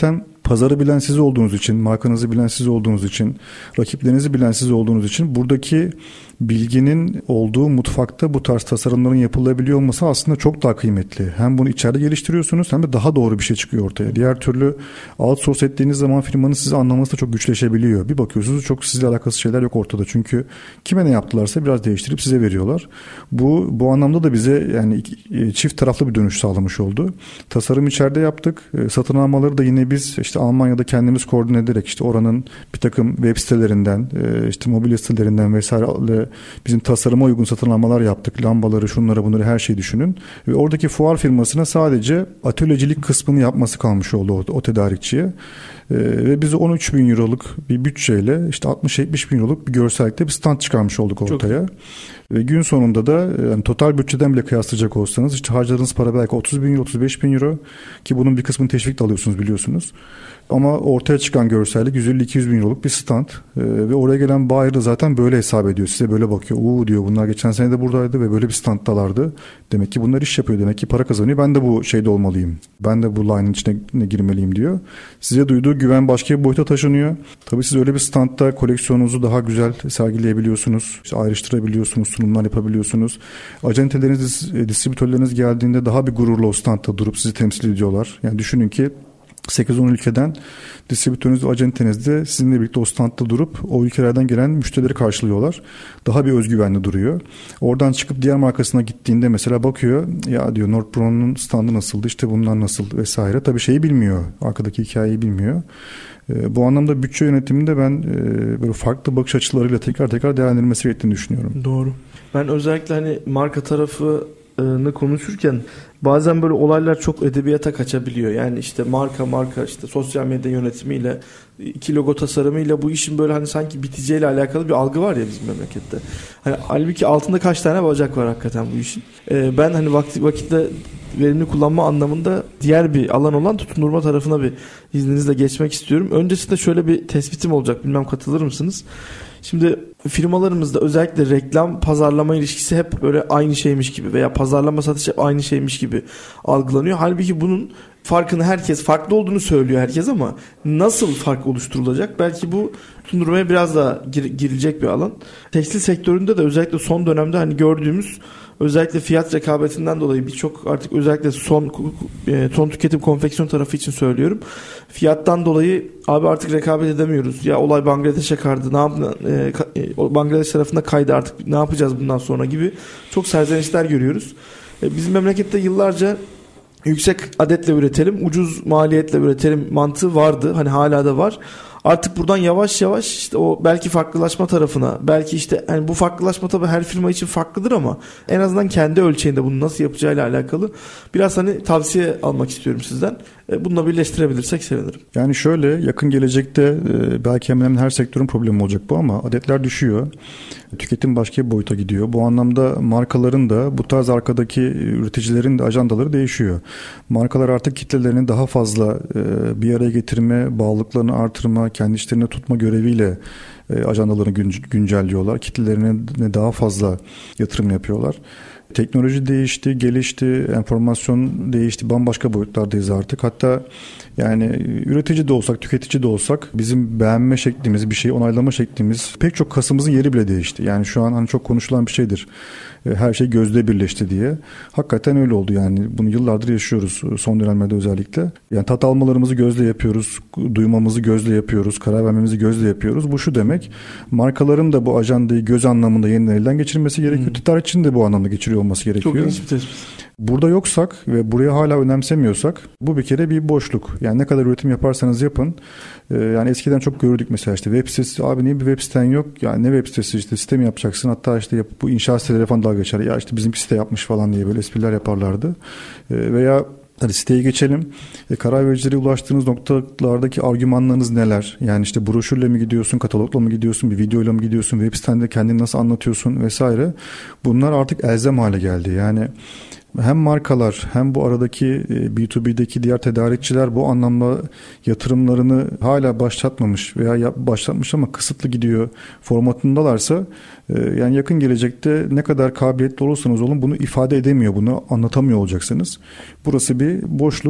Pazarı bilen siz olduğunuz için, markanızı bilen siz olduğunuz için, rakiplerinizi bilen siz olduğunuz için buradaki bilginin olduğu mutfakta bu tarz tasarımların yapılabiliyor olması aslında çok daha kıymetli. Hem bunu içeride geliştiriyorsunuz hem de daha doğru bir şey çıkıyor ortaya. Diğer türlü outsource ettiğiniz zaman firmanın sizi anlaması da çok güçleşebiliyor. Bir bakıyorsunuz çok sizle alakası şeyler yok ortada. Çünkü kime ne yaptılarsa biraz değiştirip size veriyorlar. Bu bu anlamda da bize yani çift taraflı bir dönüş sağlamış oldu. Tasarım içeride yaptık. Satın almaları da yine biz işte Almanya'da kendimiz koordine ederek işte oranın bir takım web sitelerinden, işte mobilya sitelerinden vesaire bizim tasarıma uygun satın almalar yaptık. Lambaları, şunları, bunları her şeyi düşünün. Ve oradaki fuar firmasına sadece atölyecilik kısmını yapması kalmış oldu o, o tedarikçiye. Ee, ve biz on üç bin euroluk bir bütçeyle işte altmış yetmiş bin euroluk bir görsellikte bir stand çıkarmış olduk ortaya. Çok. Ve gün sonunda da yani total bütçeden bile kıyaslayacak olsanız işte harcadığınız para belki otuz bin euro, otuz beş bin euro ki bunun bir kısmını teşvik de alıyorsunuz biliyorsunuz. Ama ortaya çıkan görsellik yüz elli iki yüz bin euroluk bir stand ee, ve oraya gelen buyer da zaten böyle hesap ediyor. Size böyle bakıyor. Uuu diyor bunlar geçen sene de buradaydı ve böyle bir standdalardı. Demek ki bunlar iş yapıyor. Demek ki para kazanıyor. Ben de bu şeyde olmalıyım. Ben de bu line'ın içine girmeliyim diyor. Size duyduğu güven başka bir boyuta taşınıyor. Tabii siz öyle bir standta koleksiyonunuzu daha güzel sergileyebiliyorsunuz. İşte ayrıştırabiliyorsunuz. Sunumlar yapabiliyorsunuz. Acenteleriniz, distribütörleriniz geldiğinde daha bir gururla o standta durup sizi temsil ediyorlar. Yani düşünün ki sekiz on ülkeden distribütörünüz ve acenteniz de sizinle birlikte o standta durup o ülkelerden gelen müşterileri karşılıyorlar. Daha bir özgüvenli duruyor. Oradan çıkıp diğer markasına gittiğinde mesela bakıyor ya diyor Nordbrun'un standı nasıldı işte bunlar nasıl vesaire. Tabii şeyi bilmiyor. Arkadaki hikayeyi bilmiyor. Bu anlamda bütçe yönetiminde ben böyle farklı bakış açılarıyla tekrar tekrar değerlendirilmesi gerektiğini düşünüyorum. Doğru. Ben özellikle hani marka tarafını konuşurken bazen böyle olaylar çok edebiyata kaçabiliyor. Yani işte marka marka işte sosyal medya yönetimiyle iki logo tasarımıyla bu işin böyle hani sanki biteceğiyle alakalı bir algı var ya bizim memlekette. Hani halbuki altında kaç tane bacak var hakikaten bu işin. Ee, ben hani vakti vakitte verimli kullanma anlamında diğer bir alan olan tutundurma tarafına bir izninizle geçmek istiyorum. Öncesinde şöyle bir tespitim olacak. Bilmem katılır mısınız? Şimdi firmalarımızda özellikle reklam pazarlama ilişkisi hep böyle aynı şeymiş gibi veya pazarlama satış hep aynı şeymiş gibi algılanıyor. Halbuki bunun farkını herkes farklı olduğunu söylüyor herkes ama nasıl fark oluşturulacak? Belki bu tutundurmaya biraz daha gir, girilecek bir alan. Tekstil sektöründe de özellikle son dönemde hani gördüğümüz özellikle fiyat rekabetinden dolayı birçok artık özellikle son son tüketim konfeksiyon tarafı için söylüyorum. Fiyattan dolayı abi artık rekabet edemiyoruz. Ya olay Bangladeş'e kaydı. Ne yaptı? E, Bangladeş tarafına kaydı artık. Ne yapacağız bundan sonra gibi çok serzenişler görüyoruz. E, bizim memlekette yıllarca yüksek adetle üretelim, ucuz maliyetle üretelim mantığı vardı. Hani hala da var. Artık buradan yavaş yavaş işte o belki farklılaşma tarafına, belki işte yani bu farklılaşma tabii her firma için farklıdır ama en azından kendi ölçeğinde bunu nasıl yapacağıyla alakalı biraz hani tavsiye almak istiyorum sizden. Bununla birleştirebilirsek sevinirim. Yani şöyle yakın gelecekte belki hemen hemen her sektörün problemi olacak bu ama adetler düşüyor. Tüketim başka bir boyuta gidiyor. Bu anlamda markaların da bu tarz arkadaki üreticilerin de ajandaları değişiyor. Markalar artık kitlelerini daha fazla bir araya getirme, bağlılıklarını artırma, kendi işlerine tutma göreviyle ajandalarını güncelliyorlar. Kitlelerine daha fazla yatırım yapıyorlar. Teknoloji değişti, gelişti, enformasyon değişti, bambaşka boyutlardayız artık. Hatta yani üretici de olsak, tüketici de olsak bizim beğenme şeklimiz, bir şeyi onaylama şeklimiz pek çok kasımızın yeri bile değişti. Yani şu an hani çok konuşulan bir şeydir. Her şey gözde birleşti diye. Hakikaten öyle oldu yani. Bunu yıllardır yaşıyoruz son dönemlerde özellikle. Yani tat almalarımızı gözle yapıyoruz, duymamızı gözle yapıyoruz, karar vermemizi gözle yapıyoruz. Bu şu demek, markaların da bu ajandayı göz anlamında yeniden elden geçirmesi gerekiyor. Hmm. Ticaret için de bu anlamda geçiriyor olması gerekiyor. Çok ilginç bir tespit. Burada yoksak ve buraya hala önemsemiyorsak bu bir kere bir boşluk. Yani ne kadar üretim yaparsanız yapın. Ee, yani eskiden çok gördük mesela işte web sitesi, abi niye bir web siten yok? Yani ne web sitesi işte sistem yapacaksın. Hatta işte yap, bu inşaat siteleri falan dalga geçer. Ya işte bizimki site yapmış falan diye böyle espriler yaparlardı. Ee, veya hadi siteye geçelim. E, karar vericilere ulaştığınız noktalardaki argümanlarınız neler? Yani işte broşürle mi gidiyorsun, katalogla mı gidiyorsun, bir videoyla mı gidiyorsun, web sitende kendini nasıl anlatıyorsun vesaire. Bunlar artık elzem hale geldi. Yani hem markalar hem bu aradaki B iki B'deki diğer tedarikçiler bu anlamda yatırımlarını hala başlatmamış veya başlatmış ama kısıtlı gidiyor formatındalarsa yani yakın gelecekte ne kadar kabiliyetli olursanız olun bunu ifade edemiyor, bunu anlatamıyor olacaksınız. Burası bir boşluk.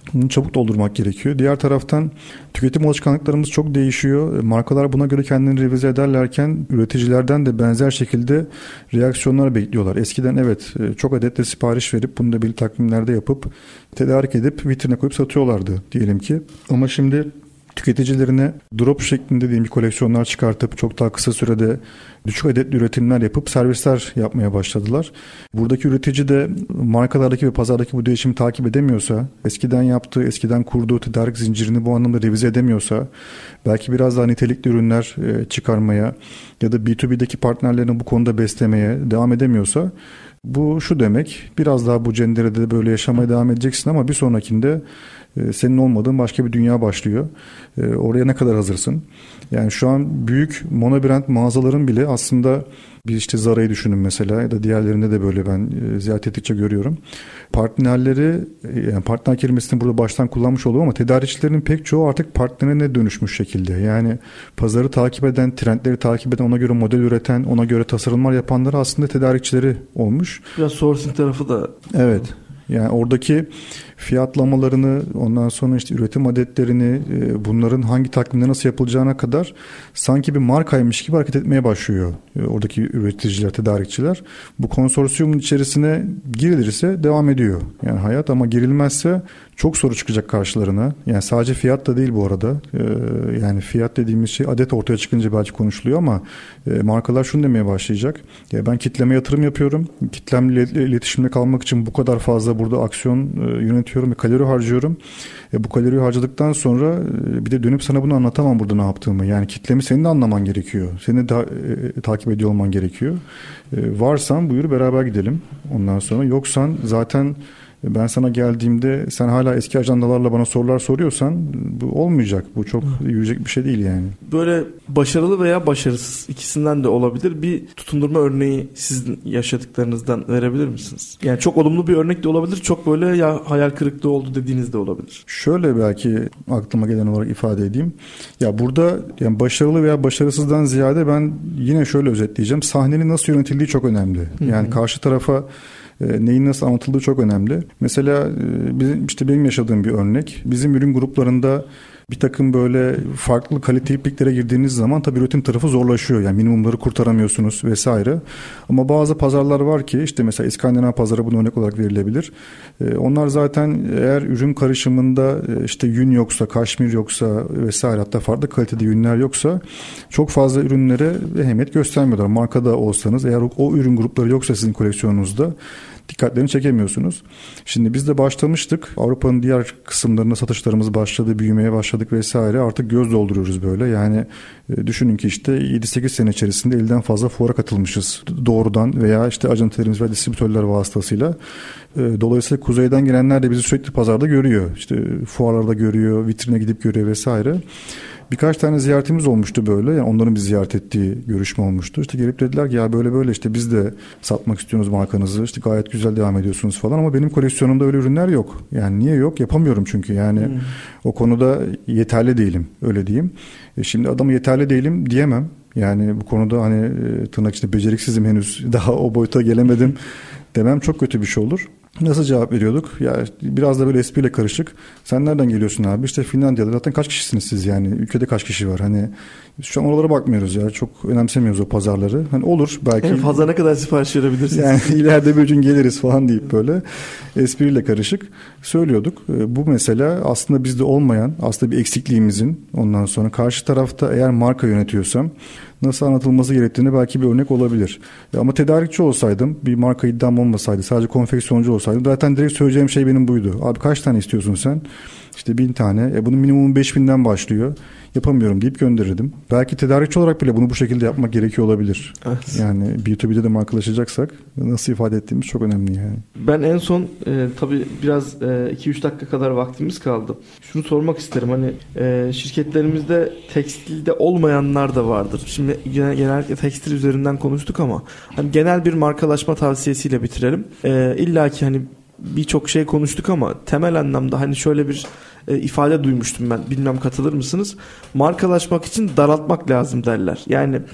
Bunu çabuk doldurmak gerekiyor. Diğer taraftan tüketim alışkanlıklarımız çok değişiyor. Markalar buna göre kendini revize ederlerken üreticilerden de benzer şekilde reaksiyonlar bekliyorlar. Eskiden evet çok adetle sipariş verip bunu da belli takvimlerde yapıp tedarik edip vitrine koyup satıyorlardı diyelim ki. Ama şimdi tüketicilerine drop şeklinde diyelim ki koleksiyonlar çıkartıp çok daha kısa sürede düşük adetli üretimler yapıp servisler yapmaya başladılar. Buradaki üretici de markalardaki ve pazardaki bu değişimi takip edemiyorsa, eskiden yaptığı, eskiden kurduğu tedarik zincirini bu anlamda revize edemiyorsa, belki biraz daha nitelikli ürünler çıkarmaya ya da B iki B'deki partnerlerini bu konuda beslemeye devam edemiyorsa, bu şu demek, biraz daha bu cenderede böyle yaşamaya devam edeceksin ama bir sonrakinde senin olmadığın başka bir dünya başlıyor. Oraya ne kadar hazırsın? Yani şu an büyük monobrand mağazaların bile aslında bir işte Zara'yı düşünün mesela ya da diğerlerinde de böyle ben ziyaret ettikçe görüyorum. Partnerleri, yani partner kelimesini burada baştan kullanmış oluyor ama tedarikçilerin pek çoğu artık partnerine dönüşmüş şekilde. Yani pazarı takip eden, trendleri takip eden, ona göre model üreten, ona göre tasarımlar yapanlar aslında tedarikçileri olmuş. Biraz sourcing tarafı da. Evet. Yani oradaki fiyatlamalarını, ondan sonra işte üretim adetlerini, bunların hangi takvimde nasıl yapılacağına kadar sanki bir markaymış gibi hareket etmeye başlıyor oradaki üreticiler, tedarikçiler. Bu konsorsiyumun içerisine girilirse devam ediyor yani hayat, ama girilmezse çok soru çıkacak karşılarına. Yani sadece fiyat da değil bu arada. Yani fiyat dediğimiz şey adet ortaya çıkınca belki konuşuluyor ama markalar şunu demeye başlayacak. Ya ben kitleme yatırım yapıyorum. Kitlemle iletişimde kalmak için bu kadar fazla burada aksiyon yönetiyorum ve kalori harcıyorum. E bu kaloriyi harcadıktan sonra e, bir de dönüp sana bunu anlatamam burada ne yaptığımı. Yani kitlemi senin de anlaman gerekiyor. Seni de e, takip ediyor olman gerekiyor. E, varsan buyur beraber gidelim. Ondan sonra yoksan zaten ben sana geldiğimde sen hala eski ajandalarla bana sorular soruyorsan bu olmayacak. Bu çok yürüyecek bir şey değil yani. Böyle başarılı veya başarısız ikisinden de olabilir. Bir tutundurma örneği sizin yaşadıklarınızdan verebilir misiniz? Yani çok olumlu bir örnek de olabilir. Çok böyle ya hayal kırıklığı oldu dediğiniz de olabilir. Şöyle belki aklıma gelen olarak ifade edeyim. Ya burada yani başarılı veya başarısızdan ziyade ben yine şöyle özetleyeceğim. Sahnenin nasıl yönetildiği çok önemli. Yani Hı-hı. karşı tarafa neyin nasıl anlatıldığı çok önemli. Mesela bizim, işte benim yaşadığım bir örnek. Bizim ürün gruplarında bir takım böyle farklı kalite ipliklere girdiğiniz zaman tabii üretim tarafı zorlaşıyor. Yani minimumları kurtaramıyorsunuz vesaire. Ama bazı pazarlar var ki işte mesela İskandinav pazarı buna örnek olarak verilebilir. Onlar zaten eğer ürün karışımında işte yün yoksa, kaşmir yoksa vesaire, hatta farklı kalitede yünler yoksa çok fazla ürünlere ehemmiyet göstermiyorlar. Markada olsanız eğer o, o ürün grupları yoksa sizin koleksiyonunuzda dikkatlerini çekemiyorsunuz. Şimdi biz de başlamıştık. Avrupa'nın diğer kısımlarında satışlarımız başladı, büyümeye başladık vesaire. Artık göz dolduruyoruz böyle. Yani e, düşünün ki işte yedi sekiz sene içerisinde elden fazla fuara katılmışız. Doğrudan veya işte ajantelerimiz ve distribütörler vasıtasıyla. E, dolayısıyla kuzeyden gelenler de bizi sürekli pazarda görüyor. İşte fuarlarda görüyor, vitrine gidip görüyor vesaire. Birkaç tane ziyaretimiz olmuştu böyle. Yani onların bizi ziyaret ettiği görüşme olmuştu. İşte gelip dediler ki ya böyle böyle işte biz de satmak istiyoruz markanızı. İşte gayet güzel devam ediyorsunuz falan ama benim koleksiyonumda öyle ürünler yok. Yani niye yok? Yapamıyorum çünkü. Yani hmm. o konuda yeterli değilim. Öyle diyeyim. E şimdi adamı yeterli değilim diyemem. Yani bu konuda hani tırnak içinde beceriksizim henüz. Daha o boyuta gelemedim demem çok kötü bir şey olur. Nasıl cevap veriyorduk? Ya biraz da böyle espriyle karışık. Sen nereden geliyorsun abi? İşte Finlandiya'da zaten kaç kişisiniz siz yani? Ülkede kaç kişi var? Hani şu an oralara bakmıyoruz ya. Çok önemsemiyoruz o pazarları. Hani olur belki. En fazla ne kadar sipariş verebilirsiniz? Yani ileride bir gün geliriz falan deyip böyle espriyle karışık söylüyorduk. Bu mesela aslında bizde olmayan, aslında bir eksikliğimizin, ondan sonra karşı tarafta eğer marka yönetiyorsam nasıl anlatılması gerektiğini belki bir örnek olabilir. Ama tedarikçi olsaydım, bir marka iddiam olmasaydı, sadece konfeksiyoncu olsaydım zaten direkt söyleyeceğim şey benim buydu. Abi kaç tane istiyorsun sen? İşte bin tane. E bunun minimumu beş binden başlıyor. Yapamıyorum deyip gönderirdim. Belki tedarikçi olarak bile bunu bu şekilde yapmak gerekiyor olabilir. Evet. Yani B iki B'de de markalaşacaksak nasıl ifade ettiğimiz çok önemli yani. Ben en son e, tabii biraz iki üç e, dakika kadar vaktimiz kaldı. Şunu sormak isterim. Hani e, şirketlerimizde tekstilde olmayanlar da vardır. Şimdi genellikle tekstil üzerinden konuştuk ama hani genel bir markalaşma tavsiyesiyle bitirelim. E, İlla ki hani birçok şey konuştuk ama temel anlamda hani şöyle bir e, ifade duymuştum ben. Bilmem katılır mısınız? Markalaşmak için daraltmak lazım derler. Yani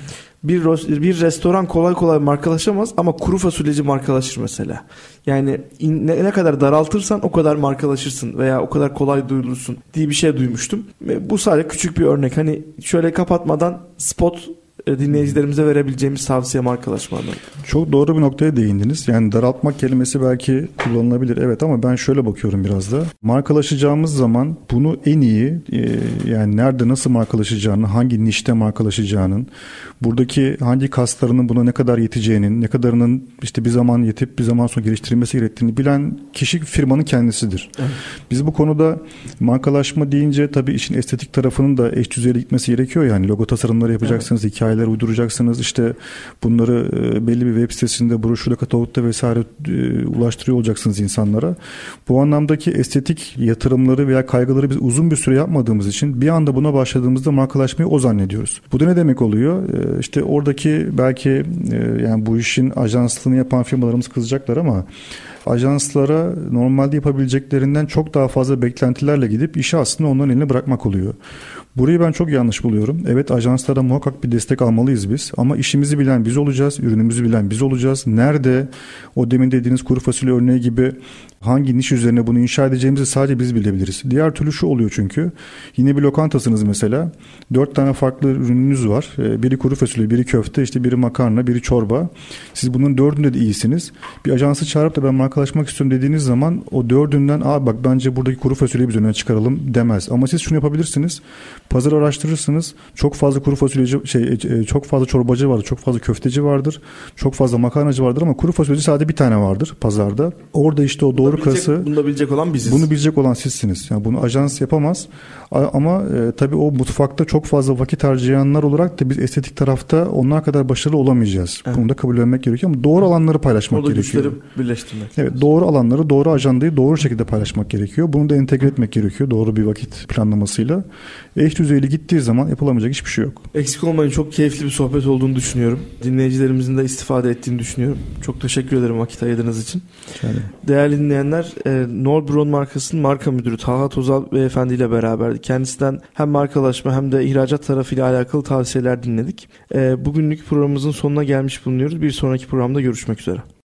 Bir, bir restoran kolay kolay markalaşamaz ama kuru fasulyeci markalaşır mesela. Yani in, ne, ne kadar daraltırsan o kadar markalaşırsın veya o kadar kolay duyulursun diye bir şey duymuştum. Bu sadece küçük bir örnek. Hani şöyle kapatmadan spot dinleyicilerimize verebileceğimiz tavsiye markalaşmadan. Çok doğru bir noktaya değindiniz. Yani daraltmak kelimesi belki kullanılabilir, evet, ama ben şöyle bakıyorum biraz da. Markalaşacağımız zaman bunu en iyi e, yani nerede nasıl markalaşacağını, hangi nişte markalaşacağının, buradaki hangi kaslarının buna ne kadar yeteceğinin, ne kadarının işte bir zaman yetip bir zaman sonra geliştirilmesi gerektiğini bilen kişi firmanın kendisidir. Evet. Biz bu konuda markalaşma deyince tabii işin estetik tarafının da eş düzeyli gitmesi gerekiyor. Yani logo tasarımları yapacaksınız, evet. hikayeler uyduracaksınız. İşte bunları belli bir web sitesinde, broşürde, katalogda vesaire ulaştırıyor olacaksınız insanlara. Bu anlamdaki estetik yatırımları veya kaygıları biz uzun bir süre yapmadığımız için bir anda buna başladığımızda markalaşmayı o zannediyoruz. Bu da ne demek oluyor? İşte oradaki belki yani bu işin ajanslığını yapan firmalarımız kızacaklar ama ajanslara normalde yapabileceklerinden çok daha fazla beklentilerle gidip işi aslında onların eline bırakmak oluyor. Burayı ben çok yanlış buluyorum. Evet, ajanslara muhakkak bir destek almalıyız biz. Ama işimizi bilen biz olacağız, ürünümüzü bilen biz olacağız. Nerede o demin dediğiniz kuru fasulye örneği gibi hangi niş üzerine bunu inşa edeceğimizi sadece biz bilebiliriz. Diğer türlü şu oluyor çünkü. Yine bir lokantasınız mesela. Dört tane farklı ürününüz var. Biri kuru fasulye, biri köfte, işte biri makarna, biri çorba. Siz bunun dördünde de iyisiniz. Bir ajansı çağırıp da ben markalaşmak istiyorum dediğiniz zaman o dördünden aa bak bence buradaki kuru fasulyeyi biz öne çıkaralım demez. Ama siz şunu yapabilirsiniz. Pazar araştırırsınız. Çok fazla kuru fasulyeci şey çok fazla çorbacı vardır, çok fazla köfteci vardır, çok fazla makarnacı vardır ama kuru fasulyeci sadece bir tane vardır pazarda. Orada işte o doğru kası. Bunu bilecek olan biziz. Bunu bilecek olan sizsiniz. Yani bunu ajans yapamaz. Ama e, tabii o mutfakta çok fazla vakit harcayanlar olarak da biz estetik tarafta onlar kadar başarılı olamayacağız. Evet. Bunu da kabullenmek gerekiyor ama doğru alanları paylaşmak Orada gerekiyor. Orada güçleri birleştirmek. Evet, doğru alanları, doğru ajandayı doğru şekilde paylaşmak gerekiyor. Bunu da entegre etmek gerekiyor doğru bir vakit planlamasıyla. Eş düzeyli gittiği zaman yapılamayacak hiçbir şey yok. Eksik olmayın, çok keyifli bir sohbet olduğunu düşünüyorum. Dinleyicilerimizin de istifade ettiğini düşünüyorum. Çok teşekkür ederim vakit ayırdığınız için. Yani. Değerli dinleyenler, e, Nordbron markasının marka müdürü Taha Tozal Beyefendi ile beraberdik. Kendisinden hem markalaşma hem de ihracat tarafıyla alakalı tavsiyeler dinledik. E, bugünlük programımızın sonuna gelmiş bulunuyoruz. Bir sonraki programda görüşmek üzere.